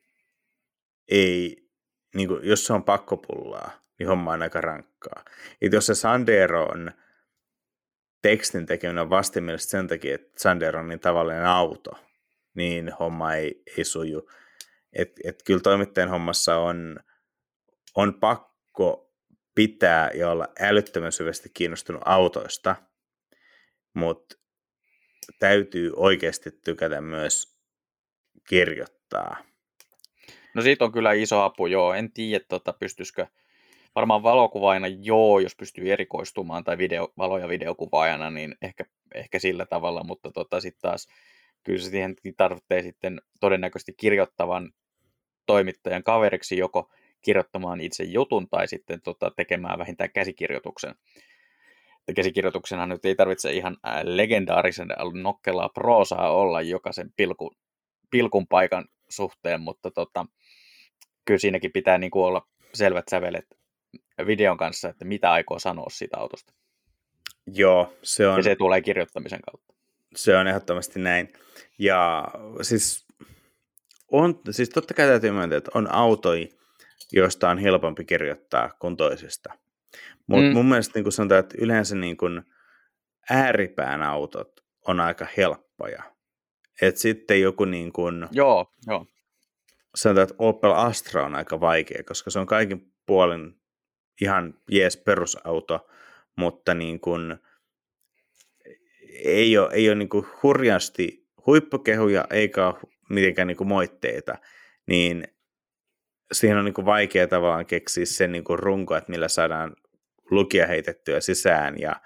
ei, niin kuin, jos se on pakkopullaa, niin homma on aika rankkaa. Et jos se Sandero on tekstin tekeminen vastenmielistä sen takia, että Sandero on niin tavallinen auto, niin homma ei, ei suju. Et, et kyllä toimittajan hommassa on, on pakko pitää ja olla älyttömän syvästi kiinnostunut autoista, mutta täytyy oikeasti tykätä myös kirjoittaa.
No siitä on kyllä iso apu, joo. En tiedä, tota, pystyisikö, varmaan valokuvaajana joo, jos pystyy erikoistumaan, tai video, valo- ja videokuvaajana, niin ehkä, ehkä sillä tavalla, mutta tota, sitten taas kyllä se siihen tarvitsee sitten todennäköisesti kirjoittavan toimittajan kaveriksi joko kirjoittamaan itse jutun tai sitten tota, tekemään vähintään käsikirjoituksen. Ja käsikirjoituksenhan nyt ei tarvitse ihan legendaarisen nokkelaa proosaa olla jokaisen pilkun, pilkun paikan suhteen, mutta tota, kyllä siinäkin pitää niin kuin olla selvät sävelet videon kanssa, että mitä aikoo sanoa siitä autosta.
Joo, se on.
Ja se tulee kirjoittamisen kautta.
Se on ehdottomasti näin. Ja siis, on, siis totta kai täytyy myöntää, että on autoja, joista on helpompi kirjoittaa kuin toisista. Mutta mm. mun mielestä niin kun sanotaan, että yleensä niin kun ääripään autot on aika helppoja. Että sitten joku niin kun,
joo, joo.
sanotaan, että Opel Astra on aika vaikea, koska se on kaikin puolin ihan jees perusauto, mutta niin kun ei ole, ei ole niin kuin hurjasti huippukehuja, eikä ole mitenkään niin kuin moitteita, niin siihen on niin kuin vaikea tavallaan keksiä sen niin kuin runko, että millä saadaan lukija heitettyä sisään, ja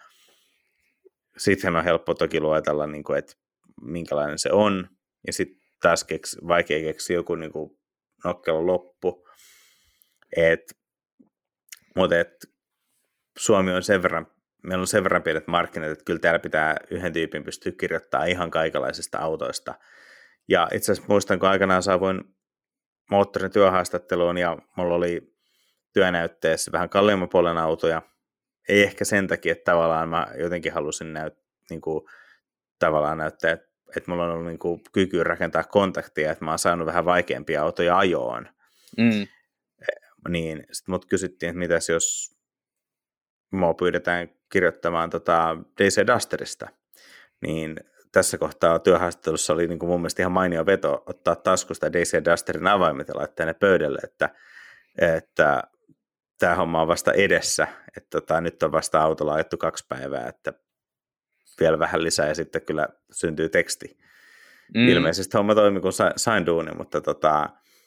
sitten on helppo toki luetella, niin kuin, että minkälainen se on, ja sitten taas keksi, vaikea keksiä joku niin kuin nokkela loppu. Et, mutta et, Suomi on sen verran, meillä on sen verran pienet markkinat, että kyllä täällä pitää yhden tyypin pystyä kirjoittamaan ihan kaikenlaisista autoista. Ja itse asiassa muistan, kun aikanaan saavuin moottorin työhaastatteluun, ja mulla oli työnäytteessä vähän kalliimman puolen autoja. Ei ehkä sen takia, että tavallaan mä jotenkin halusin näyt, niin kuin, tavallaan näyttää, että, että mulla on ollut niin kuin, kyky rakentaa kontaktia, että mä oon saanut vähän vaikeampia autoja ajoon.
Mm.
Niin sitten mut kysyttiin, että mitäs jos mua pyydetään kirjoittamaan tota D C Dusterista, niin tässä kohtaa työhaastattelussa oli niin kuin mun mielestä ihan mainio veto ottaa taskusta D C Dusterin avaimet ja laittaa ne pöydälle, että, että tämä homma on vasta edessä, että tota, nyt on vasta autolla ajettu kaksi päivää, että vielä vähän lisää ja sitten kyllä syntyy teksti. Mm. Ilmeisesti homma toimi, kun sain duunin, mutta tota,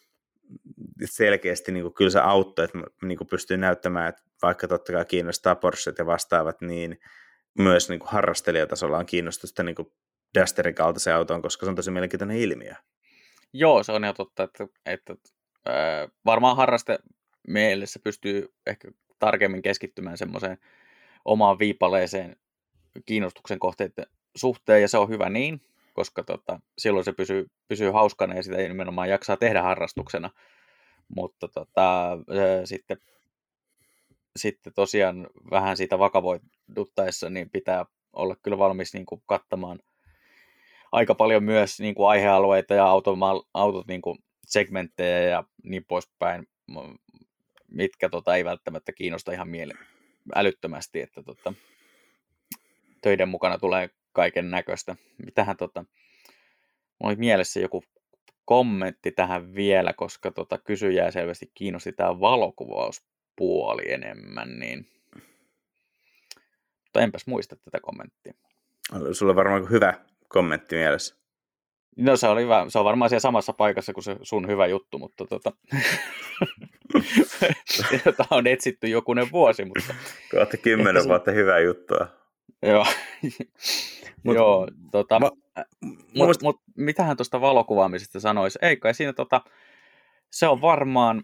selkeästi niin kuin, kyllä se auttoi, että niin kuin pystyy näyttämään, että vaikka totta kai kiinnostaa Porschet ja vastaavat, niin myös niin kuin harrastelijatasolla on kiinnostusta niin kuin Dusterin kaltaisen autoon, koska se on tosi mielenkiintoinen ilmiö.
Joo, se on ihan totta, että, että äh, varmaan harraste mielessä pystyy ehkä tarkemmin keskittymään semmoiseen omaan viipaleeseen kiinnostuksen kohteiden suhteen, ja se on hyvä niin, koska tota, silloin se pysyy, pysyy hauskana ja sitä ei nimenomaan jaksaa tehdä harrastuksena. Mutta tota, äh, sitten, sitten tosiaan vähän siitä vakavoiduttaessa niin pitää olla kyllä valmis niin kuin kattamaan aika paljon myös niin kuin aihealueita ja automa- autot niin kuin segmenttejä ja niin poispäin, mitkä tota, ei välttämättä kiinnosta ihan miele- älyttömästi, että tota, töiden mukana tulee kaiken näköistä. Mitähän tota, mulla oli mielessä joku kommentti tähän vielä, koska tota, kysyjää selvästi kiinnosti tämä valokuvauspuoli enemmän, niin mutta enpäs muista tätä kommenttia.
Sulla on varmaan hyvä kommentti mielessä.
No se oli hyvä. Se on varmaan siellä samassa paikassa kuin se sun hyvä juttu, mutta tota... Jota on etsitty jokunen vuosi, mutta...
Kohta kymmenen se... vuotta hyvää juttua.
Joo.
mut,
Joo, tota...
Ma...
Mut, must... mut, mitähän tuosta valokuvaamisesta sanoisi? Ei kai siinä tota... Se on varmaan...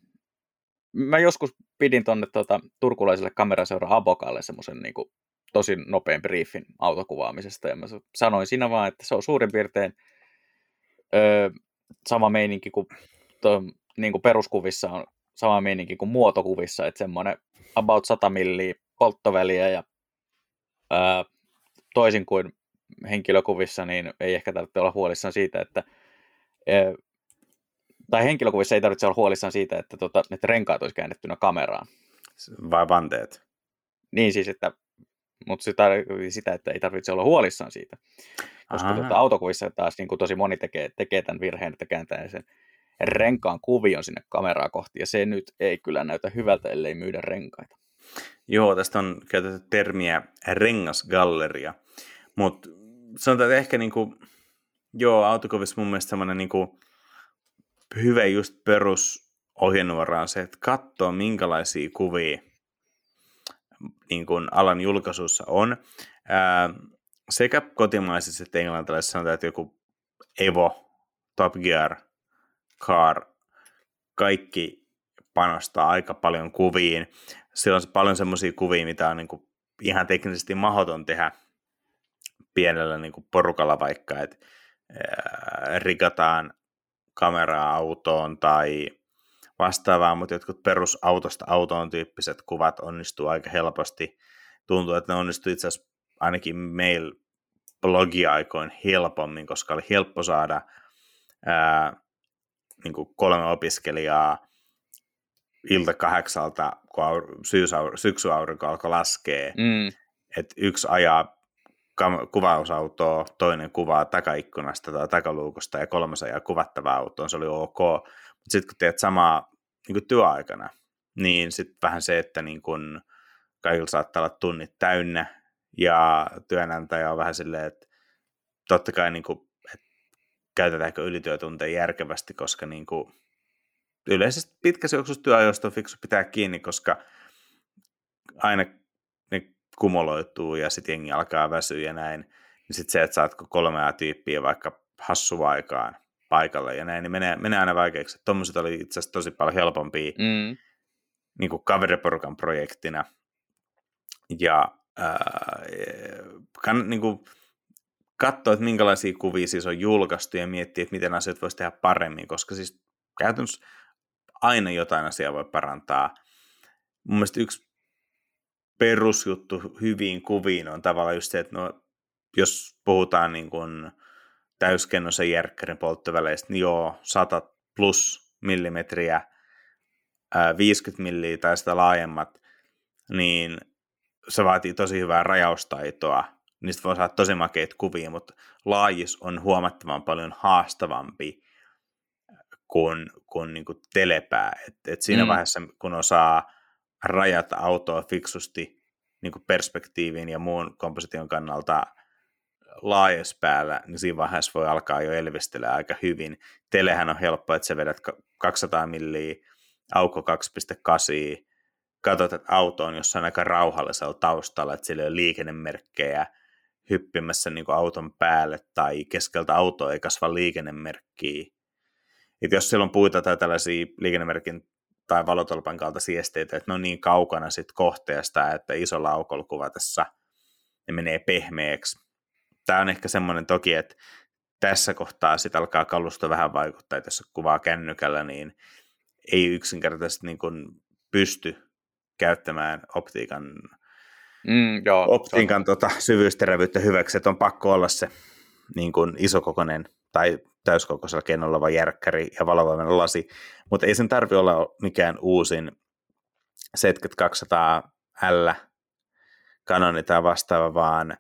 Mä joskus pidin tonne tota, turkulaiselle kameraseura Abokalle semmoisen niinku tosi nopean briefin autokuvaamisesta, ja mä sanoin siinä vaan, että se on suurin piirtein öö, sama meininki kuin, to, niin kuin peruskuvissa on sama meininki kuin muotokuvissa, että semmoinen about sata milliä polttoväliä, ja öö, toisin kuin henkilökuvissa, niin ei ehkä tarvitse olla huolissaan siitä, että öö, tai henkilökuvissa ei tarvitse olla huolissaan siitä, että, tota, että renkaat olisi käännettynä kameraan.
Vai vanteet?
Niin siis, että mutta se tarkoitti sitä, että ei tarvitse olla huolissaan siitä. Koska tuota, autokuvissa taas niin kuin tosi moni tekee, tekee tämän virheen, että kääntää sen renkaan kuvion sinne kameraa kohti, ja se nyt ei kyllä näytä hyvältä, ellei myydä renkaita.
Joo, tästä on käytetty termiä rengasgalleria, mutta sanotaan, että ehkä niin kuin, joo, autokuvissa mun mielestä semmoinen niin kuin hyvä just perusohjenuora on se, että katsoo minkälaisia kuvia niin kuin alan julkaisussa on. Ää, sekä kotimaisissa että englantilaisissa sanotaan, että joku Evo, Top Gear, Car, kaikki panostaa aika paljon kuviin. Siellä on paljon semmoisia kuvia, mitä on niin kuin ihan teknisesti mahdoton tehdä pienellä niin kuin porukalla vaikka, että ää, rigataan kameraa autoon tai vastaavaa, mutta jotkut perusautosta autoon tyyppiset kuvat onnistuu aika helposti. Tuntuu, että ne onnistuu itse asiassa ainakin meillä blogiaikoin helpommin, koska oli helppo saada ää, niin kuin kolme opiskelijaa ilta kahdeksalta, kun aur- syksyaurinko alkoi laskea, mm. että yksi ajaa kam- kuvausautoa, toinen kuvaa takaikkunasta tai takaluukosta ja kolmas ajaa kuvattavaa autoa, se oli ok. Mutta sitten kun teet samaa niin kuin työaikana, niin sitten vähän se, että niin kun kaikilla saattaa olla tunnit täynnä ja työnantaja on vähän silleen, että totta kai niin kun, että käytetäänkö ylityötunteja järkevästi, koska niin kuin, yleisesti pitkässä juoksussa työajoista on fiksu pitää kiinni, koska aina ne kumuloituu ja sitten jengi alkaa väsyä ja näin, niin sitten se, että saatko kolmea tyyppiä vaikka hassuvaikaan paikalle ja näin, niin menee, menee aina vaikeaksi. Tuommoiset oli itse asiassa tosi paljon helpompia
Mm.
niin kuin kaveriporukan projektina. Ja ää, kann, niin kuin, katsoa, että minkälaisia kuvia siis on julkaistu ja miettiä, että miten asiat voisi tehdä paremmin, koska siis käytännössä aina jotain asiaa voi parantaa. Mun mielestä yksi perusjuttu hyviin kuviin on tavallaan just se, että no, jos puhutaan niin kuin täyskennosen järkkärin polttoväleistä, niin joo, sata plus millimetriä, ää, viisikymmentä milliä tai sitä laajemmat, niin se vaatii tosi hyvää rajaustaitoa. Niistä voi saada tosi makeita kuvia, mutta laajis on huomattavan paljon haastavampi kuin, kuin, niin kuin telepää. Et, et siinä mm. vaiheessa, kun osaa rajata autoa fiksusti niin kuin perspektiivin ja muun komposition kannalta laajassa päällä, niin siinä vaiheessa voi alkaa jo elvistellä aika hyvin. Telehän on helppo, että sä vedät kaksisataa milliä, aukko kaksi pilkku kahdeksan, katsot, että auto on jossain aika rauhallisella taustalla, että siellä ei ole liikennemerkkejä hyppimässä niin kuin auton päälle tai keskeltä autoa ei kasva liikennemerkkiä. Että jos siellä on puita tai tällaisia liikennemerkin tai valotolpan kaltaisia esteitä, että ne on niin kaukana sit kohteesta, että isolla aukolla kuvatessa ne menee pehmeäksi. Tämä on ehkä semmoinen toki, että tässä kohtaa sitten alkaa kalusto vähän vaikuttaa, että jos kuvaa kännykällä, niin ei yksinkertaisesti niin kuin pysty käyttämään optiikan,
mm, joo,
optiikan tota, syvyysterävyyttä hyväksi, että on pakko olla se niin kuin isokokoinen tai täyskokoisella kennolla oleva järkkäri ja valovoimainen lasi, mutta ei sen tarvitse olla mikään uusin seitsemänkymmentä kaksisataa L Canoni tai vastaava, vaan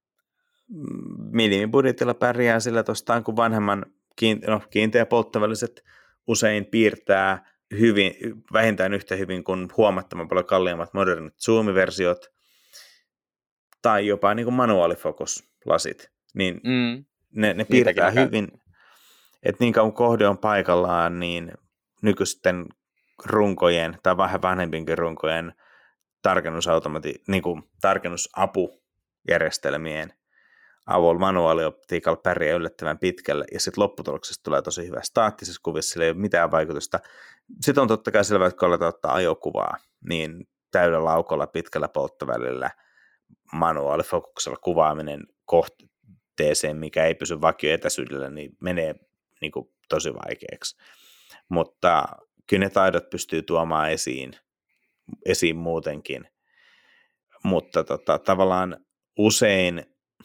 minimibudjetilla pärjää sillä tostaan, kun vanhemman kiinte- no, kiinteä polttoväliset usein piirtää hyvin, vähintään yhtä hyvin kuin huomattavan paljon kalliimmat modernit zoomiversiot tai jopa niin kuin manuaalifokuslasit, niin mm. ne, ne piirtää hyvin, että niin kauan kohde on paikallaan, niin nykyisten runkojen tai vähän vanhempinkin runkojen tarkennusautomati, niin kuin tarkennusapujärjestelmien avulla manuaalioptiikalla pärjää yllättävän pitkälle, ja sitten lopputuloksesta tulee tosi hyvä. Staattisessa kuvissa sillä ei ole mitään vaikutusta. Sitten on totta kai selvä, että kun aletaan ottaa ajokuvaa, niin täydellä aukolla pitkällä polttovälillä manuaalifokuksella kuvaaminen kohteeseen, mikä ei pysy vakioetäisyydellä, niin menee niin kuin tosi vaikeaksi. Mutta kyllä ne taidot pystyy tuomaan esiin, esiin muutenkin. Mutta tota, tavallaan usein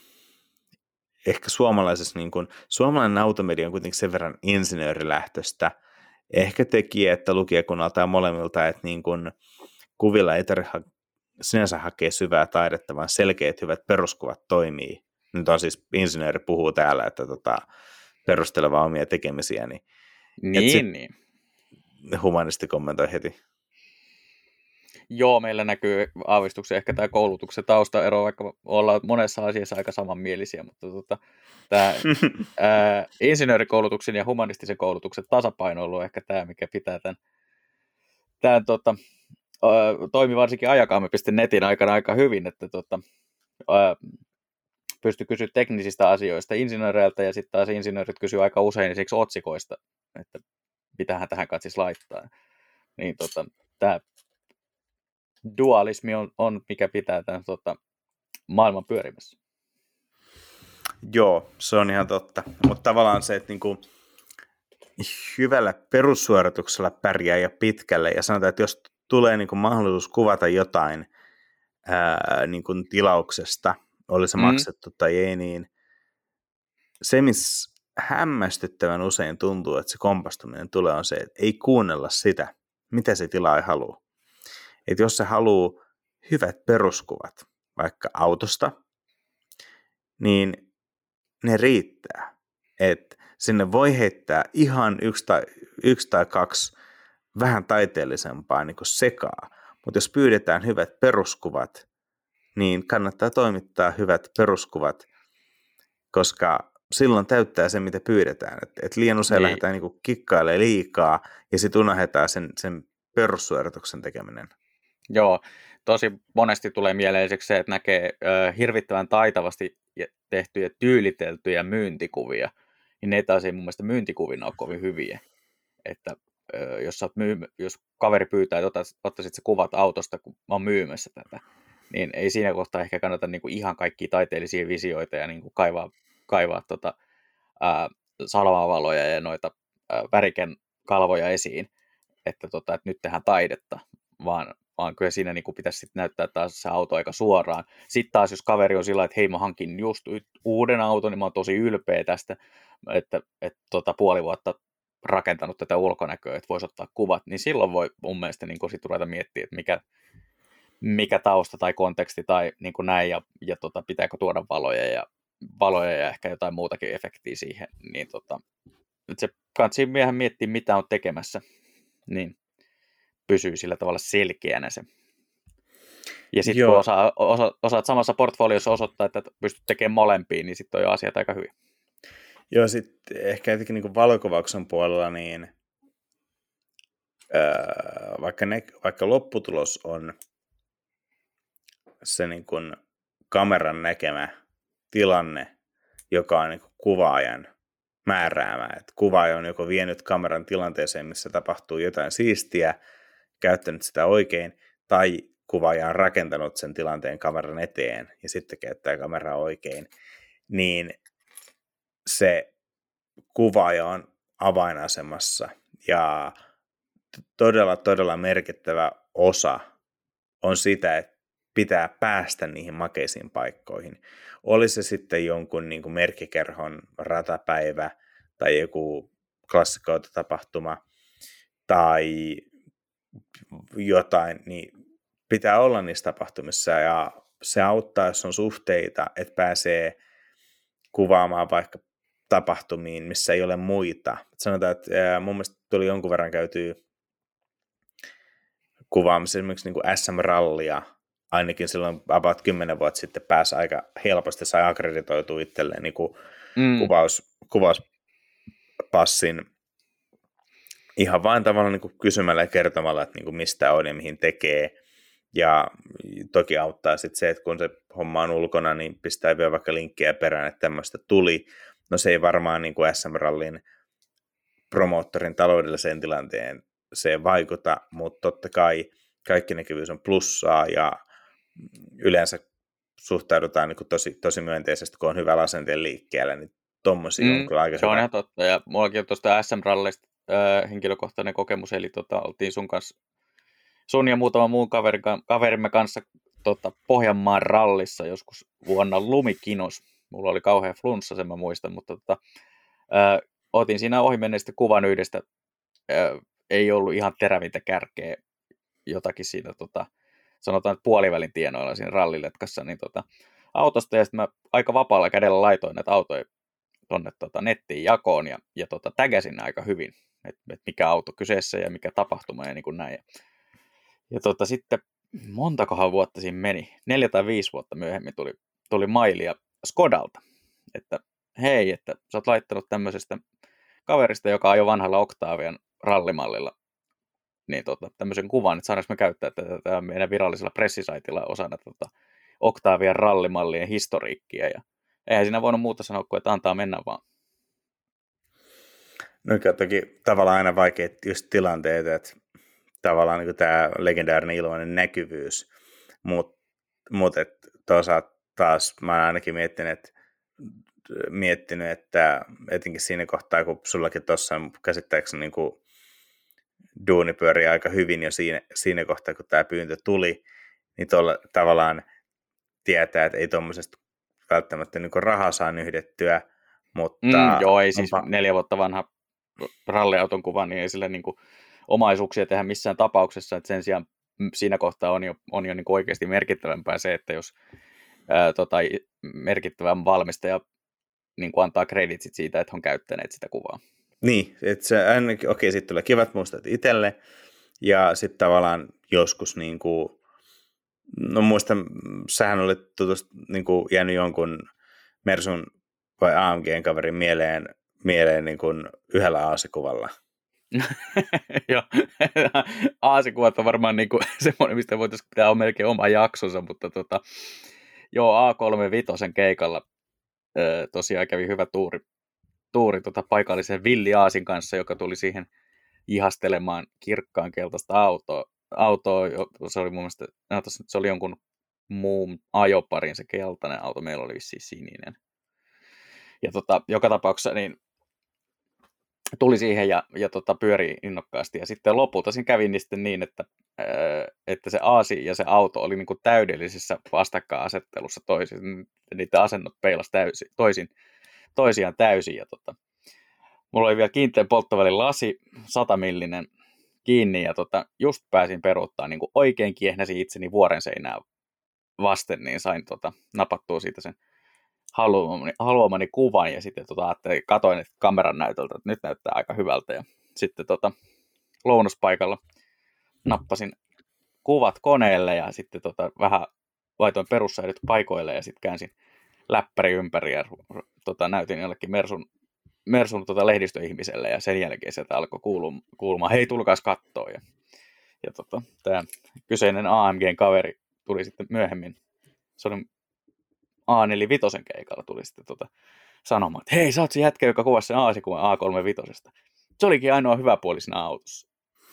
ehkä suomalaisessa, niin kuin, suomalainen automedia on kuitenkin sen verran insinöörilähtöistä, ehkä tekijä, että lukijakunnalta ja molemmilta, että niin kuin, kuvilla ei tarvitse sinänsä hakea syvää taidetta, vaan selkeät hyvät peruskuvat toimii. Nyt on siis insinööri puhuu täällä, että tota, perusteleva omia tekemisiä. Niin,
niin, sit, niin.
Humanisti kommentoi heti.
Joo, meillä näkyy aavistuksen ehkä tämä koulutuksen taustaero, vaikka ollaan monessa asiassa aika samanmielisiä, mutta tota, tämä ää, insinöörikoulutuksen ja humanistisen koulutuksen tasapaino on ollut ehkä tämä, mikä pitää tämän, tämän tota, ää, toimi varsinkin ajakaamme piste netin aikana aika hyvin, että tota, ää, pystyi kysyä teknisistä asioista insinööreiltä ja sitten taas insinöörit kysyy aika usein siksi otsikoista, että mitähän tähän katsis laittaa. Niin tota, tämä dualismi on, on, mikä pitää tämän tota, maailman pyörimässä.
Joo, se on ihan totta. Mutta tavallaan se, että niinku hyvällä perussuorituksella pärjää ja pitkälle, ja sanotaan, että jos tulee niinku mahdollisuus kuvata jotain ää, niinku tilauksesta, oli se mm. maksettu tai ei, niin se, missä hämmästyttävän usein tuntuu, että se kompastuminen tulee, on se, että ei kuunnella sitä, mitä se tilaaja haluaa. Että jos se haluaa hyvät peruskuvat vaikka autosta, niin ne riittää. Että sinne voi heittää ihan yksi tai, yksi tai kaksi vähän taiteellisempaa niin kuin sekaa. Mutta jos pyydetään hyvät peruskuvat, niin kannattaa toimittaa hyvät peruskuvat, koska silloin täyttää sen, mitä pyydetään. Et, et liian usein
Niin.
lähdetään niinku kikkailemaan liikaa ja sitten unohdetaan sen, sen perussuorituksen tekeminen.
Joo, tosi monesti tulee mieleiseksi se, että näkee ö, hirvittävän taitavasti tehtyjä tyyliteltyjä myyntikuvia, niin ne taas ei mun mielestä myyntikuvina ole kovin hyviä. Että ö, jos, sä oot myy- jos kaveri pyytää, että otat, ottaisit sä kuvat autosta, kun mä oon myymässä tätä, niin ei siinä kohtaa ehkä kannata niinku ihan kaikkia taiteellisia visioita ja niinku kaivaa, kaivaa tota, ää, salamavaloja ja noita ää, väriken kalvoja esiin, että, tota, että nyt tehdään taidetta, vaan, vaan kyllä siinä niin kuin pitäisi sit näyttää taas se auto aika suoraan. Sitten taas, jos kaveri on sillä että hei, mä hankin just uuden auton, niin mä oon tosi ylpeä tästä, että, että tota, puoli vuotta rakentanut tätä ulkonäköä, että voisi ottaa kuvat, niin silloin voi mun mielestä niin sit ruveta miettimään, että mikä, mikä tausta tai konteksti tai niin kuin näin, ja, ja tota, pitääkö tuoda valoja ja, valoja ja ehkä jotain muutakin efektiä siihen, niin tota, että se kannattaa miehen miettiä, mitä on tekemässä, niin pysyy sillä tavalla selkeänä se. Ja sitten kun osaa, osa, osaat samassa portfoliossa osoittaa, että pystyt tekemään molempiin, niin sitten on jo asiat aika hyvin.
Joo, sitten ehkä jotenkin niin kuin valokuvauksen puolella, niin öö, vaikka, ne, vaikka lopputulos on se niin kuin kameran näkemä tilanne, joka on niin kuin kuvaajan määräämä, että kuvaaja on joko vienyt kameran tilanteeseen, missä tapahtuu jotain siistiä, käyttänyt sitä oikein, tai kuvaaja on rakentanut sen tilanteen kameran eteen ja sitten käyttää kameraa oikein, niin se kuvaaja on avainasemassa ja todella, todella merkittävä osa on sitä, että pitää päästä niihin makeisiin paikkoihin. Oli se sitten jonkun niin kuin merkkikerhon ratapäivä tai joku klassikko-tapahtuma tai jotain, niin pitää olla niissä tapahtumissa ja se auttaa, jos on suhteita, että pääsee kuvaamaan vaikka tapahtumiin, missä ei ole muita. Sanotaan, että mun mielestä tuli jonkun verran käytyä kuvaamassa esimerkiksi niin kuin S M-rallia, ainakin silloin about kymmenen vuotta sitten pääsi aika helposti, sai akkreditoitua itselleen niin kuin mm. kuvaus, kuvauspassin ihan vain tavallaan niin kuin kysymällä ja kertomalla, että niin kuin mistä on ja mihin tekee. Ja toki auttaa sitten se, että kun se homma on ulkona, niin pistää vielä vaikka linkkiä perään, että tämmöistä tuli. No se ei varmaan niin kuin S M-rallin promoottorin taloudelliseen tilanteen se vaikuta, mutta totta kai kaikki näkyvyys on plussaa ja yleensä suhtaudutaan niin kuin tosi, tosi myönteisesti, kun on hyvä asenteen liikkeellä, niin tommosia mm, on kyllä aika
se
hyvä.
on ihan totta, ja mullakin on tuosta S M-rallista äh, henkilökohtainen kokemus, eli tota, oltiin sun kanssa, sun ja muutaman muun kaverin, kaverimme kanssa tota, Pohjanmaan rallissa joskus vuonna lumikinos. Mulla oli kauhea flunssa, sen mä muistan, mutta tota, äh, otin siinä ohimenneistä kuvan yhdestä, äh, ei ollut ihan terävintä kärkeä jotakin siinä, tota, sanotaan, että puolivälin tienoilla siinä ralliletkassa, niin tota, autosta, ja sitten mä aika vapaalla kädellä laitoin näitä autoja tuonne tota, nettiin jakoon, ja, ja tota, tägäsin aika hyvin, että et mikä auto kyseessä ja mikä tapahtuma ja niin kuin näin. Ja, ja tota, sitten montakohan vuotta siinä meni, neljä tai viisi vuotta myöhemmin tuli, tuli mailia Skodalta, että hei, että sä oot laittanut tämmöisestä kaverista, joka ajoi vanhalla Octavian rallimallilla, niin tota, tämmöisen kuvan, että saadaanko me käyttää tätä, tätä meidän virallisella pressisaitilla osana tota, Octavian rallimallien historiikkia, ja eihän siinä voinut muuta sanoa kuin, että antaa mennä vaan.
No toki tavallaan aina vaikeat just tilanteet, että tavallaan niin tämä legendaarinen ilmainen näkyvyys, mutta mut, toisaalta taas mä oon ainakin miettinyt, että, miettinyt, että etenkin siinä kohtaa, kun sullakin tuossa käsittääkseni niin kuin duuni pyörii aika hyvin jo siinä, siinä kohtaa, kun tämä pyyntö tuli, niin tuolla tavallaan tietää, että ei tuommoisesta välttämättä niin kuin rahaa saa nyhdettyä, mutta...
Mm, joo, ei siis onpa... neljä vuotta vanha ralliauton kuva, niin ei sille niin kuin omaisuuksia tehdä missään tapauksessa, että sen sijaan siinä kohtaa on jo, on jo niin kuin oikeasti merkittävämpää se, että jos ää, tota, merkittävän valmistaja niin kuin antaa kreditsit siitä, että on käyttäneet sitä kuvaa.
Niin, että se ainakin, okei, sitten tulee kivat muistat itselle, ja sitten tavallaan joskus niin kuin, no muistan, sähän olet tutust, niin kuin jäänyt jonkun Mersun vai A M G:n kaverin mieleen, mieleen niin kuin yhdellä aasikuvalla?
Joo, aasikuvat on varmaan niin kuin semmoinen, mistä voitaisiin pitää on melkein oma jaksonsa, mutta tota, joo, A kolmekymmentäviisi keikalla ö, tosiaan kävi hyvä tuuri, tuuri tota paikallisen Villi Aasin kanssa, joka tuli siihen ihastelemaan kirkkaan keltaista autoa. autoa se oli mun mielestä, se oli jonkun muun ajoparin se keltainen auto, meillä oli vissiin sininen. Ja tota, joka tapauksessa niin tuli siihen ja, ja tota, pyöri innokkaasti. Ja sitten lopulta siinä kävi niin, sitten niin että, ää, että se Aasi ja se auto oli niin kuin täydellisessä vastakkainasettelussa toisin. Niiden asennot peilasi täysin, toisin, toisiaan täysin. Ja tota, mulla oli vielä kiinteän polttovälin lasi, satamillinen kiinni. Ja tota, just pääsin peruuttaa, niin kuin oikein kiehnäsin itseni vuoren seinää vasten, niin sain tota, napattua siitä sen haluamani, haluamani kuvan, ja sitten tota, ajattelin, katoin että kameran näytöltä, että nyt näyttää aika hyvältä, ja sitten tota, lounaspaikalla nappasin kuvat koneelle, ja sitten tota, vähän laitoin perussäädöt paikoille, ja sitten käänsin läppäri ympäri, ja tota, näytin jollekin Mersun, Mersun tota, lehdistöihmiselle, ja sen jälkeen sieltä alkoi kuulumaan, hei, tulkaas kattoo, ja, ja tota, tämä kyseinen A M G:n kaveri tuli sitten myöhemmin, se oli A neljäkymmentäviisi keikalla tuli sitten tota sanomaan, että hei, sä oot se jätkä, joka kuvasi sen aasikuvan A kolmekymmentäviisi. Se olikin ainoa hyvä puoli siinä autossa.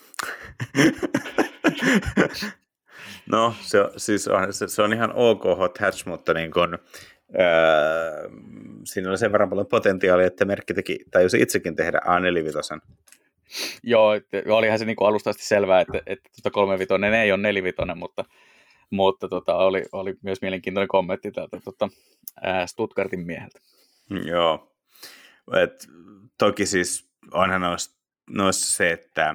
No, se, siis on, se, se on ihan ok hot hatch, mutta niin kun, öö, siinä oli sen verran paljon potentiaalia, että merkki teki, tajusi itsekin tehdä A neljäkymmentäviisi.
Joo, että olihan se niin kuin alusta asti selvää, että, että tuota kolmekymmentäviisi ei ole neljäkymmentäviisi, mutta Mutta tota, oli, oli myös mielenkiintoinen kommentti täältä tota, ää, Stuttgartin mieheltä.
Joo. Et, toki siis onhan noissa nois se, että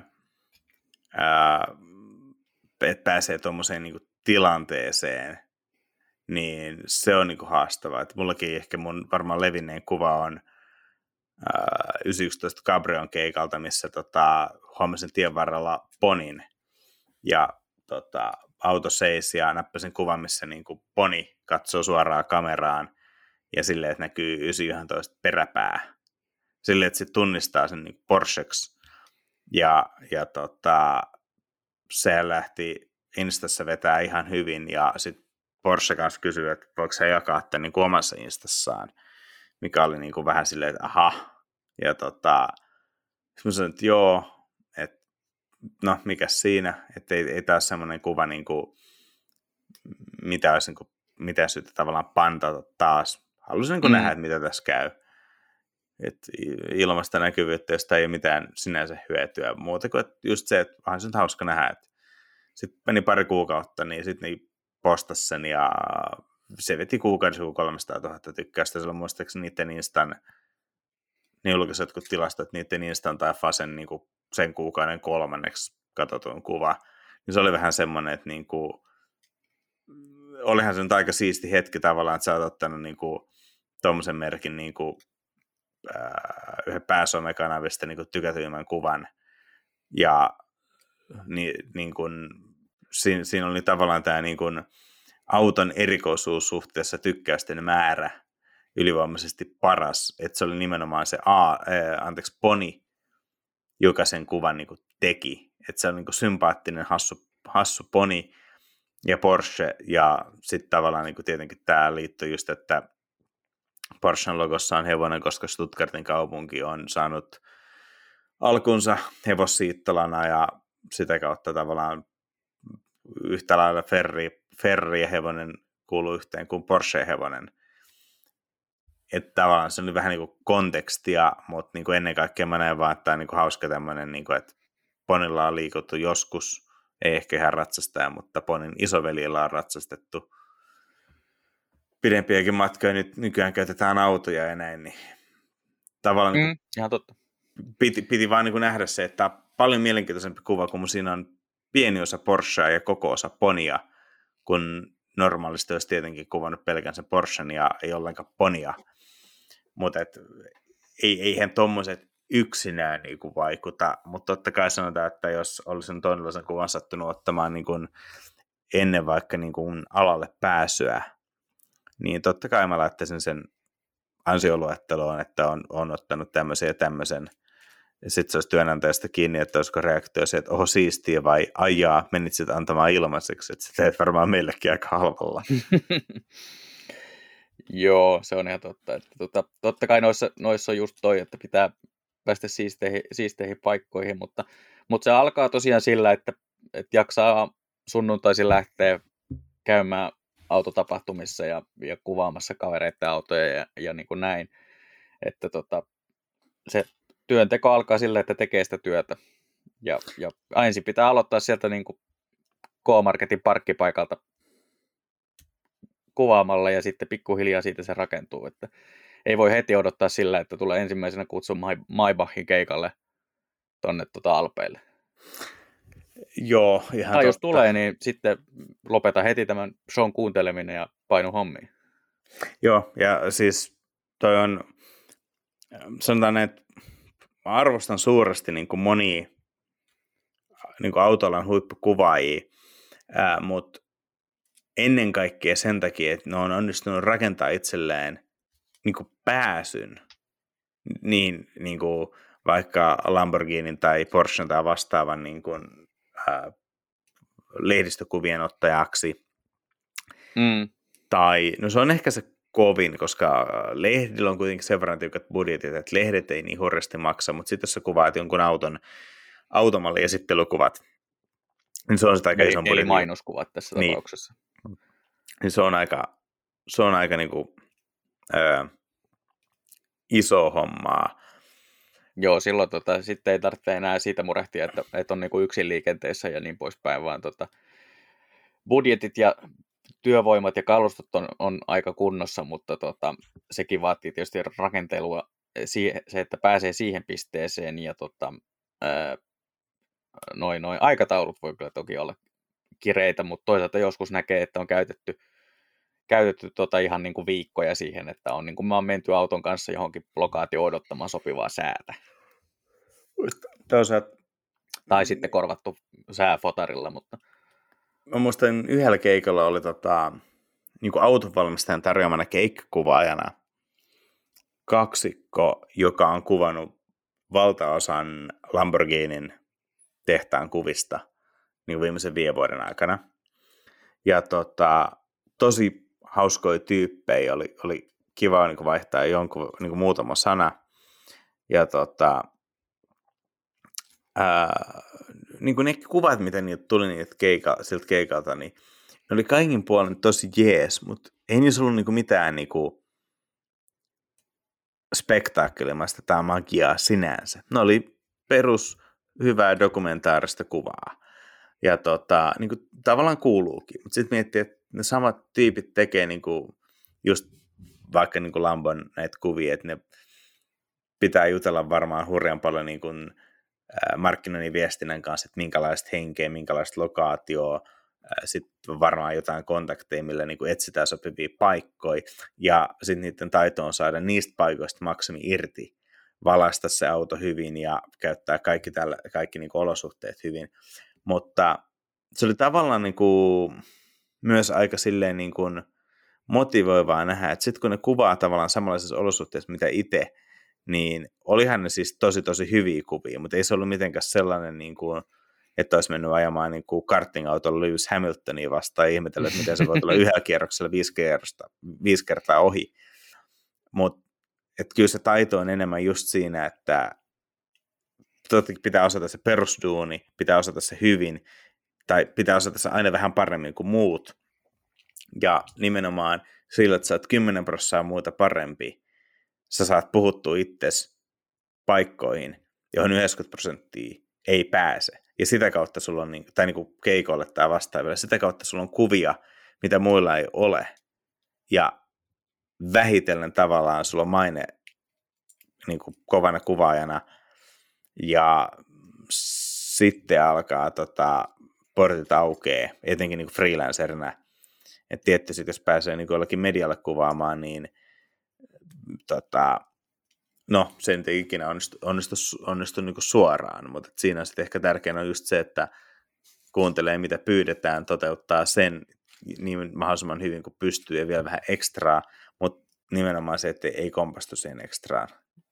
ää, et pääsee tuommoiseen niinku tilanteeseen, niin se on niinku haastavaa. Et mullakin ehkä mun varmaan levinneen kuva on ää, yhdeksänsataayksitoista Cabrion keikalta, missä tota, huomasin tien varrella ponin. Ja tota, auto seisi ja näppäsin kuvan, missä niin kuin poni katsoo suoraan kameraan ja silleen, että näkyy yhdeksänsataayksitoista peräpää. Silleen, että se tunnistaa sen niin Porscheksi. Ja, ja tota, se lähti Instassa vetää ihan hyvin ja sitten Porsche kanssa kysyi, että voiko se jakaa tämän niin kuin omassa Instassaan, mikä oli niin kuin vähän silleen, että aha. Ja tota, mä sanoin, että joo, että no, mikäs siinä, että ei, ei taas semmoinen kuva, niin kuin, mitä olisi, niin kuin, mitä syytä tavallaan pantata taas. Haluaisin niin kuin mm. nähdä, että mitä tässä käy. Et ilmasta näkyvyyttä, josta ei ole mitään sinänsä hyötyä muuta kuin, että just se, että onhan se nyt hauska nähdä. Sitten meni pari kuukautta, niin sitten niin postasi sen ja se veti kuukaudessa kolmesataatuhatta tykkäystä. Se on muistaakseni niiden Instan, ne julkaisi jotkut tilastot, niiden Instan tai Fasen niin kuin sen kuukauden kolmanneksi katsotun kuva, niin se oli vähän semmoinen, että niinku, olihan se nyt aika siisti hetki tavallaan, että sä oot ottanut niinku tuommoisen merkin niinku, ää, yhden pääsomekanavista niinku tykätyimmän kuvan, ja ni, niin kun, siinä, siinä oli tavallaan tämä niin kun auton erikoisuus suhteessa tykkäysten määrä ylivoimaisesti paras, että se oli nimenomaan se A, ää, anteeksi, poni, joka sen kuvan niin kuin teki. Että se on niin kuin sympaattinen, hassu, hassu poni ja Porsche. Ja sitten tavallaan niin kuin tietenkin tämä liittyy just, että Porschen logossa on hevonen, koska Stuttgartin kaupunki on saanut alkunsa hevossiittolana ja sitä kautta tavallaan yhtä lailla Ferri, Ferri ja hevonen kuuluu yhteen kuin Porsche-hevonen. Että tavallaan se oli vähän niin kuin kontekstia, mutta niin kuin ennen kaikkea mä näen vaan, että tämä on niin kuin hauska tämmöinen, niin kuin, että ponilla on liikuttu joskus, ei ehkä ihan ratsastaja, mutta ponin isovelillä on ratsastettu pidempiäkin matkoja, nyt nykyään käytetään autoja ja näin, niin tavallaan mm, niin
ihan totta.
Piti, piti vaan niin kuin nähdä se, että on paljon mielenkiintoisempi kuva, kun siinä on pieni osa Porschea ja koko osa ponia, kun normaalisti olisi tietenkin kuvannut pelkän sen Porschen ja ei ollenkaan ponia. Mutta ei, eihän tuommoiset yksinään niinku vaikuta, mutta totta kai sanotaan, että jos olisin toinenlaisen kuvan sattunut ottamaan niinku ennen vaikka niinku alalle pääsyä, niin totta kai mä laittaisin sen ansioluetteloon, että on, on ottanut tämmöisen ja tämmöisen. Ja sitten se olisi työnantajasta kiinni, että olisiko reaktio se, että oho siistiä vai ajaa, menit sitten antamaan ilmaiseksi, että sä teet varmaan meillekin aika halvalla.
Joo, se on ihan totta. Että tota, totta kai noissa, noissa on just toi, että pitää päästä siisteihin, siisteihin paikkoihin, mutta, mutta se alkaa tosiaan sillä, että, että jaksaa sunnuntaisin lähteä käymään autotapahtumissa ja, ja kuvaamassa kavereiden autoja ja, ja niin kuin näin. Että tota, se työnteko alkaa sillä, että tekee sitä työtä. Ja, ja ensin pitää aloittaa sieltä niin kuin K-Marketin parkkipaikalta kuvaamalla ja sitten pikkuhiljaa siitä se rakentuu. Että ei voi heti odottaa sillä, että tulee ensimmäisenä kutsun Maybachin keikalle tonne tota Alpeille.
Joo, ihan
tai
totta.
jos tulee, niin sitten lopeta heti tämän shown kuunteleminen ja painu hommiin.
Joo, ja siis toi on, sanotaan, että mä arvostan suuresti niin kuin monia niin kuin autoalan huippukuvaajia, ää, mutta ennen kaikkea sen takia, että ne on onnistunut rakentaa itselleen niin kuin pääsyn niin, niin kuin vaikka Lamborghinin tai Porschen tai vastaavan niin kuin, ää, lehdistökuvien ottajaksi.
Mm.
Tai, no se on ehkä se kovin, koska lehdillä on kuitenkin sen verran tiukat budjetit, että lehdet ei niin hurjasti maksa, mutta sitten jos sä kuvaat jonkun auton automalli esittelukuvat, niin se on sitä aika
eli,
ison budjetin.
Eli mainoskuvat tässä
niin.
tapauksessa.
Niin se on aika, se on aika niin kuin, ö, iso hommaa.
Joo, silloin tota, sitten ei tarvitse enää siitä murehtia, että, että on niin kuin yksin liikenteessä ja niin poispäin, vaan tota, budjetit ja työvoimat ja kalustot on, on aika kunnossa, mutta tota, sekin vaatii tietysti rakentelua, se, että pääsee siihen pisteeseen, ja tota, ää, noin, noin aikataulut voi kyllä toki olla kireitä, mutta toisaalta joskus näkee, että on käytetty, käytetty tota ihan niin kuin viikkoja siihen, että on niin kuin mä oon menty auton kanssa johonkin lokaatioon odottamaan sopivaa säätä.
Toisaalta,
tai sitten korvattu sääfotarilla, mutta
mä muistan yhdellä keikalla oli tota, niin kuin autonvalmistajan tarjoamana keikkakuvaajana kaksikko, joka on kuvannut valtaosan Lamborghinin tehtaan kuvista niin kuin viimeisen viiden vuoden aikana. Ja tota, tosi hauskoja tyyppejä, oli, oli kiva niin kuin vaihtaa jonkun niin kuin muutama sana. Ja tota, ää, niin kuin ne kuvat, mitä niitä tuli niitä keika, siltä keikalta, niin ne oli kaikin puolin tosi jees, mutta ei niissä ollut niin kuin mitään niin kuin spektaakkelimaista tai magiaa sinänsä. Ne oli perus hyvää dokumentaarista kuvaa. Ja tota, niin kuin tavallaan kuuluukin. Mutta sitten miettii, että ne samat tyypit tekee niin kuin just vaikka niin kuin Lambon näitä kuvia, että ne pitää jutella varmaan hurjan paljon niin kuin markkinoinnin viestinnän kanssa, että minkälaista henkeä, minkälaista lokaatioa, sitten varmaan jotain kontakteja, millä niin kuin etsitään sopivia paikkoja, ja sitten niiden taito on saada niistä paikoista maksimi irti, valaista se auto hyvin ja käyttää kaikki, tällä, kaikki niin kuin olosuhteet hyvin. Mutta se oli tavallaan niin kuin myös aika silleen niin kuin motivoivaa nähdä, että sitten kun ne kuvaa tavallaan samanlaisissa olosuhteissa, mitä itse, niin olihan ne siis tosi tosi hyviä kuvia, mutta ei se ollut mitenkään sellainen, niin kuin, että olisi mennyt ajamaan niin kuin karting-autolla Lewis Hamiltonia vastaan ja ihmetellä, että miten se voi tulla yhdellä kierroksella viisi, kerrosta, viisi kertaa ohi. Mutta kyllä se taito on enemmän just siinä, että pitää osata se perusduuni, pitää osata se hyvin, tai pitää osata se aina vähän paremmin kuin muut. Ja nimenomaan sillä, että sä oot kymmenen prosenttia muuta parempi, sä saat puhuttua itsesi paikkoihin, johon yhdeksänkymmentä prosenttia ei pääse. Ja sitä kautta sulla on, tai niin kuin keikolle tai vastaaville, sitä kautta sulla on kuvia, mitä muilla ei ole. Ja vähitellen tavallaan sulla on maine niin kuin kovana kuvaajana, ja sitten alkaa tota, portit aukeaa, etenkin niin kuin freelancerina. Että tietysti, jos pääsee niin kuin jollakin medialle kuvaamaan, niin tota, no, se ei ikinä onnistu, onnistu, onnistu niin kuin suoraan, mutta siinä on sitten ehkä tärkeänä just se, että kuuntelee, mitä pyydetään, toteuttaa sen niin mahdollisimman hyvin kuin pystyy ja vielä vähän ekstraa, mutta nimenomaan se, että ei kompastu siihen ekstraan.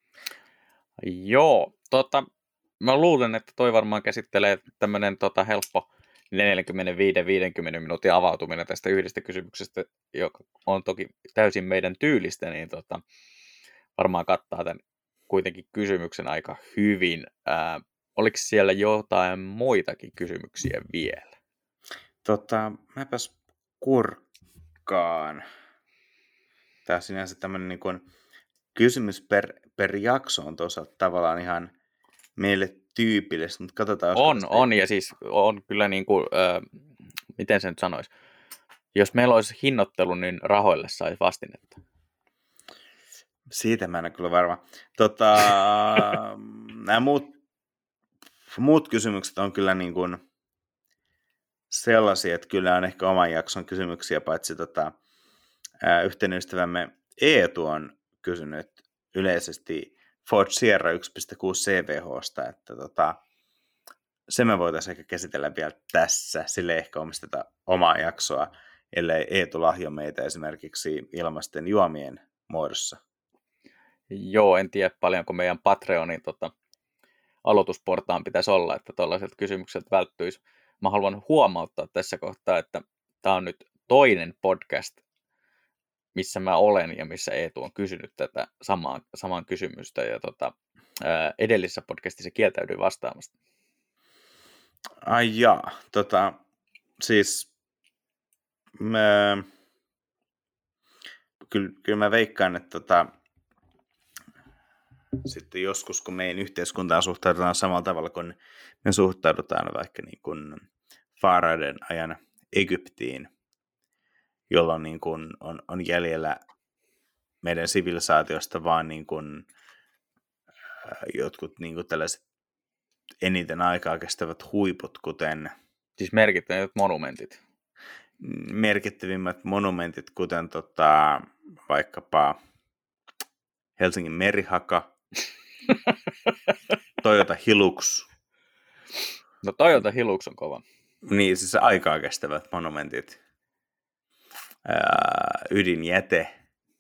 Joo, tota, mä luulen, että toi varmaan käsittelee tämmöinen tota, helppo neljäkymmentäviisi viisikymmentä minuutin avautuminen tästä yhdestä kysymyksestä, joka on toki täysin meidän tyylistä, niin tota, varmaan kattaa tämän kuitenkin kysymyksen aika hyvin. Ää, oliko siellä jotain muitakin kysymyksiä vielä?
Tota, mäpäs kurkkaan. Tämä sinänsä tämmöinen niin kuin kysymys per, per jakso on tuossa tavallaan ihan meille tyypillistä, mutta katsotaan.
On, on, ja siis on kyllä niin kuin, äh, miten se nyt sanoisi, jos meillä olisi hinnoittelu, niin rahoille saisi vastinetta.
Siitä mä en ole kyllä varma. Tota, nämä muut, muut kysymykset on kyllä niin kuin sellaisia, että kyllä on ehkä oman jakson kysymyksiä, paitsi tota, ää, yhteinen ystävämme Eetu on kysynyt yleisesti Ford Sierra yksi pilkku kuusi C V H:sta, että tota, se me voitaisiin ehkä käsitellä vielä tässä, sille ehkä omisteta omaa jaksoa, ellei Eetu lahjo meitä esimerkiksi ilmaisten juomien muodossa.
Joo, en tiedä paljonko meidän Patreonin tota, aloitusportaan pitäisi olla, että tällaiset kysymykset välttyisi. Mä haluan huomauttaa tässä kohtaa, että tämä on nyt toinen podcast, missä mä olen ja missä Eetu on kysynyt tätä samaa, samaa kysymystä. Ja tota, ää, edellisessä podcastissa kieltäydyin vastaamasta.
Ai jaa, tota, siis mä, kyllä, kyllä mä veikkaan, että tota, sitten joskus, kun meidän yhteiskuntaan suhtaudutaan samalla tavalla kuin me suhtaudutaan vaikka niin kuin Faaraiden ajan Egyptiin, jolloin niin kuin on, on jäljellä meidän sivilisaatiosta vaan niin kuin, äh, jotkut niin kuin tällaiset eniten aikaa kestävät huiput, kuten
Siis merkittävät monumentit.
merkittävimmät monumentit, kuten tota, vaikkapa Helsingin merihaka, Toyota Hilux.
No Toyota Hilux on kova.
Niin, siis aikaa kestävät monumentit. Ää, ydinjäte.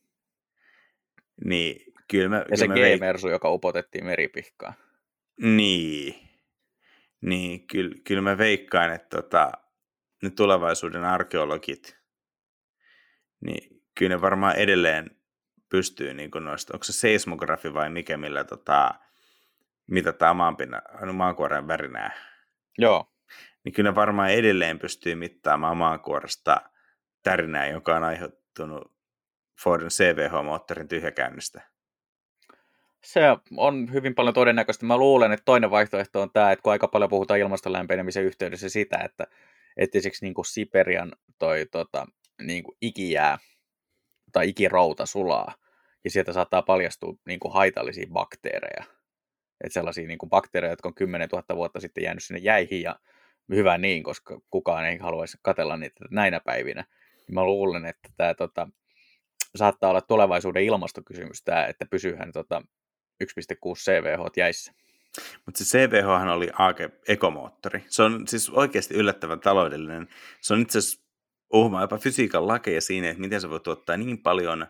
Niin, kyllä mä,
ja se
kyllä mä
G-mersu, veik- joka upotettiin meripihkaan.
Niin. Niin, kyllä, kyllä mä veikkaan, että tota, ne tulevaisuuden arkeologit, niin kyllä ne varmaan edelleen pystyy, niin kuin noista, onko se seismografi vai mikä, millä tota, mitataan maanpinnan, maankuoren värinää.
Joo.
Niin kyllä ne varmaan edelleen pystyy mittaamaan maankuoresta tärinää, joka on aiheuttunut Fordin C V H-moottorin tyhjäkäynnistä.
Se on hyvin paljon todennäköistä. Mä luulen, että toinen vaihtoehto on tämä, että kun aika paljon puhutaan ilmaston lämpenemisen yhteydessä sitä, että esimerkiksi niin kuin Siperian toi tota, niin kuin ikijää tai ikirouta sulaa, ja sieltä saattaa paljastua niin kuin haitallisia bakteereja. Että sellaisia niin kuin bakteereja, jotka on kymmenen tuhatta vuotta sitten jäänyt sinne jäihin, ja hyvä niin, koska kukaan ei haluaisi katsella niitä näinä päivinä. Mä luulen, että tämä tota, saattaa olla tulevaisuuden ilmastokysymys, tämä, että pysyyhän tota, yksi pilkku kuusi C V H jäissä.
Mutta se C V H oli ekomoottori. Se on siis oikeasti yllättävän taloudellinen. Se on itse asiassa uhmaa jopa fysiikan lakeja siinä, että miten se voi tuottaa niin paljon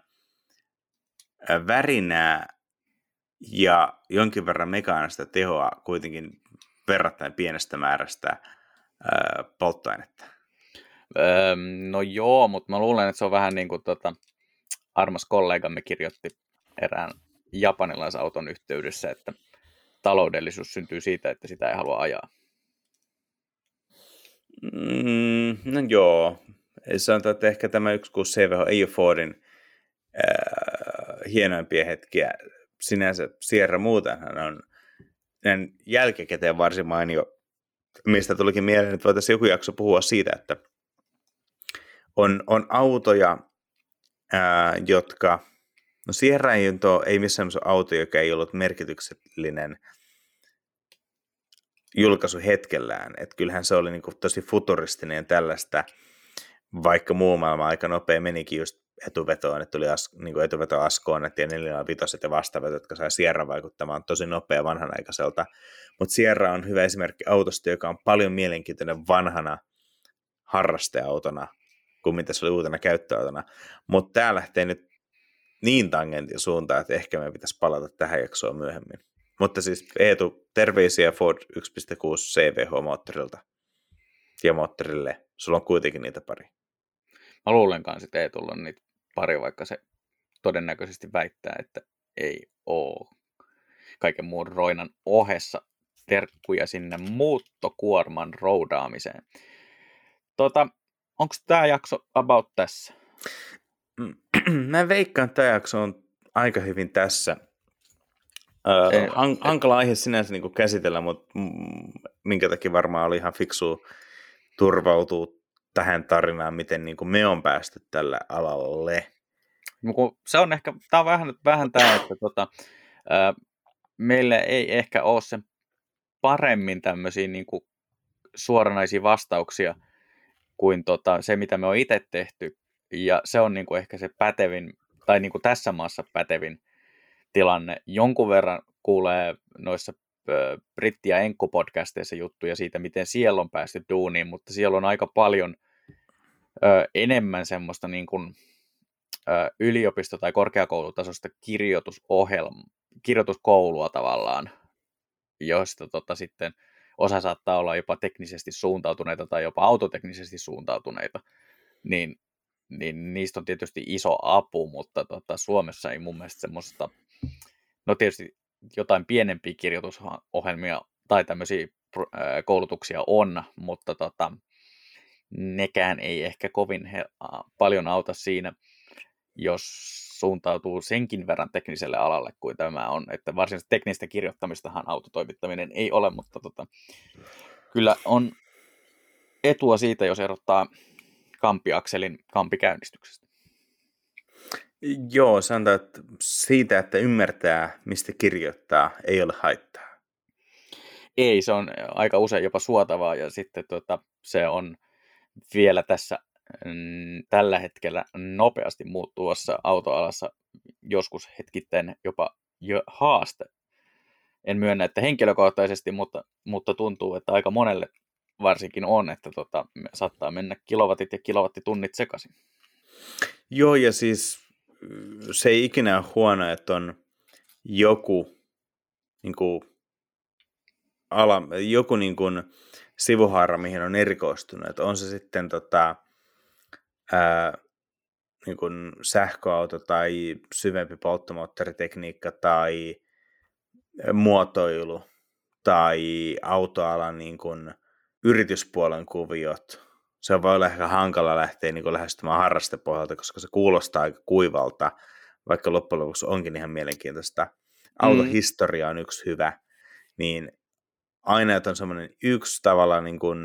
värinää ja jonkin verran mekaanista tehoa kuitenkin verrattain pienestä määrästä ää, polttoainetta.
Öö, no joo, mutta mä luulen, että se on vähän niin kuin tota, armas kollegamme kirjoitti erään japanilaisauton yhteydessä, että taloudellisuus syntyy siitä, että sitä ei halua ajaa.
Mm, no joo. Sanotaan, että ehkä tämä yksi pilkku kuusi C V H ei ole Fordin äh, hienoimpia hetkiä. Sinänsä Sierra muutenhan on jälkikäteen varsin mainio, mistä tulikin mieleen, että voitaisiin joku jakso puhua siitä, että on, on autoja, ää, jotka, no Sierra ei, ei missään auto, joka ei ollut merkityksellinen julkaisu hetkellään. Että kyllähän se oli niin kuin tosi futuristinen ja tällaista, vaikka muu maailma aika nopea menikin just etuvetoon, että tuli as, niin kuin etuveto Ascoonet ja neljäsataavitoset ja vastaavat, jotka sai Sierra vaikuttamaan tosi nopea vanhanaikaiselta. Mutta Sierra on hyvä esimerkki autosta, joka on paljon mielenkiintoinen vanhana harrasteautona kuin mitä se oli uutena käyttöautona. Mutta tämä lähtee nyt niin tangentin suuntaan, että ehkä me pitäisi palata tähän jaksoon myöhemmin. Mutta siis Eetu, terveisiä Ford yksi pilkku kuusi C V H-moottorilta ja moottorille. Sulla on kuitenkin niitä pari.
Mä luulen kanssa, että ei tulla niitä pari, vaikka se todennäköisesti väittää, että ei oo kaiken muun roinan ohessa. Terkkuja sinne muuttokuorman roudaamiseen. Tota, onko tämä jakso about tässä?
Mä veikkaan, että tämä jakso on aika hyvin tässä. Öö, han- hankala aihe sinänsä niin kuin käsitellä, mutta minkä takia varmaan oli ihan fiksua turvautua tähän tarinaan, miten niin kuin me on päästy tälle alalle.
Se on ehkä, tämä on vähän, vähän tämä, että tota, ää, meillä ei ehkä ole sen paremmin tämmöisiä niin kuin suoranaisia vastauksia kuin tota, se, mitä me on itse tehty. Ja se on niin kuin ehkä se pätevin, tai niin kuin tässä maassa pätevin tilanne. Jonkun verran kuulee noissa ö, britti- ja enkkupodcasteissa juttuja siitä, miten siellä on päästy duuniin, mutta siellä on aika paljon ö, enemmän semmoista niin kuin, ö, yliopisto- tai korkeakoulutasosta kirjoitusohjelma, kirjoituskoulua tavallaan, josta tota, sitten osa saattaa olla jopa teknisesti suuntautuneita tai jopa autoteknisesti suuntautuneita, niin, niin niistä on tietysti iso apu, mutta tota, Suomessa ei mun mielestä semmoista, no tietysti jotain pienempiä kirjoitusohjelmia tai tämmöisiä koulutuksia on, mutta tota, nekään ei ehkä kovin he, paljon auta siinä, jos suuntautuu senkin verran tekniselle alalle kuin tämä on, että varsinaisesti teknistä kirjoittamistahan autotoimittaminen ei ole, mutta tota, kyllä on etua siitä, jos erottaa kampiakselin kampikäynnistyksestä.
Joo, sanotaan, että siitä, että ymmärtää, mistä kirjoittaa, ei ole haittaa.
Ei, se on aika usein jopa suotavaa, ja sitten tota, se on vielä tässä mm, tällä hetkellä nopeasti muuttuvassa autoalassa joskus hetkittäin jopa jo haaste. En myönnä, että henkilökohtaisesti, mutta, mutta tuntuu, että aika monelle varsinkin on, että tota, saattaa mennä kilowatit ja kilowattitunnit sekaisin.
Joo, ja siis se ei ikinä ole huono, että on joku, niin kuin, ala, joku niin kuin, sivuhaara, mihin on erikoistunut. Että on se sitten tota, ää, niin kuin sähköauto tai syvempi polttomoottoritekniikka tai muotoilu tai autoalan niin kuin, yrityspuolen kuviot. Se voi olla ehkä hankala lähteä niin kuin lähestymään harrastepohjalta, koska se kuulostaa aika kuivalta, vaikka loppujen lopuksi onkin ihan mielenkiintoista. Autohistoria on yksi hyvä, niin aina, että on semmoinen yksi tavallaan niin kuin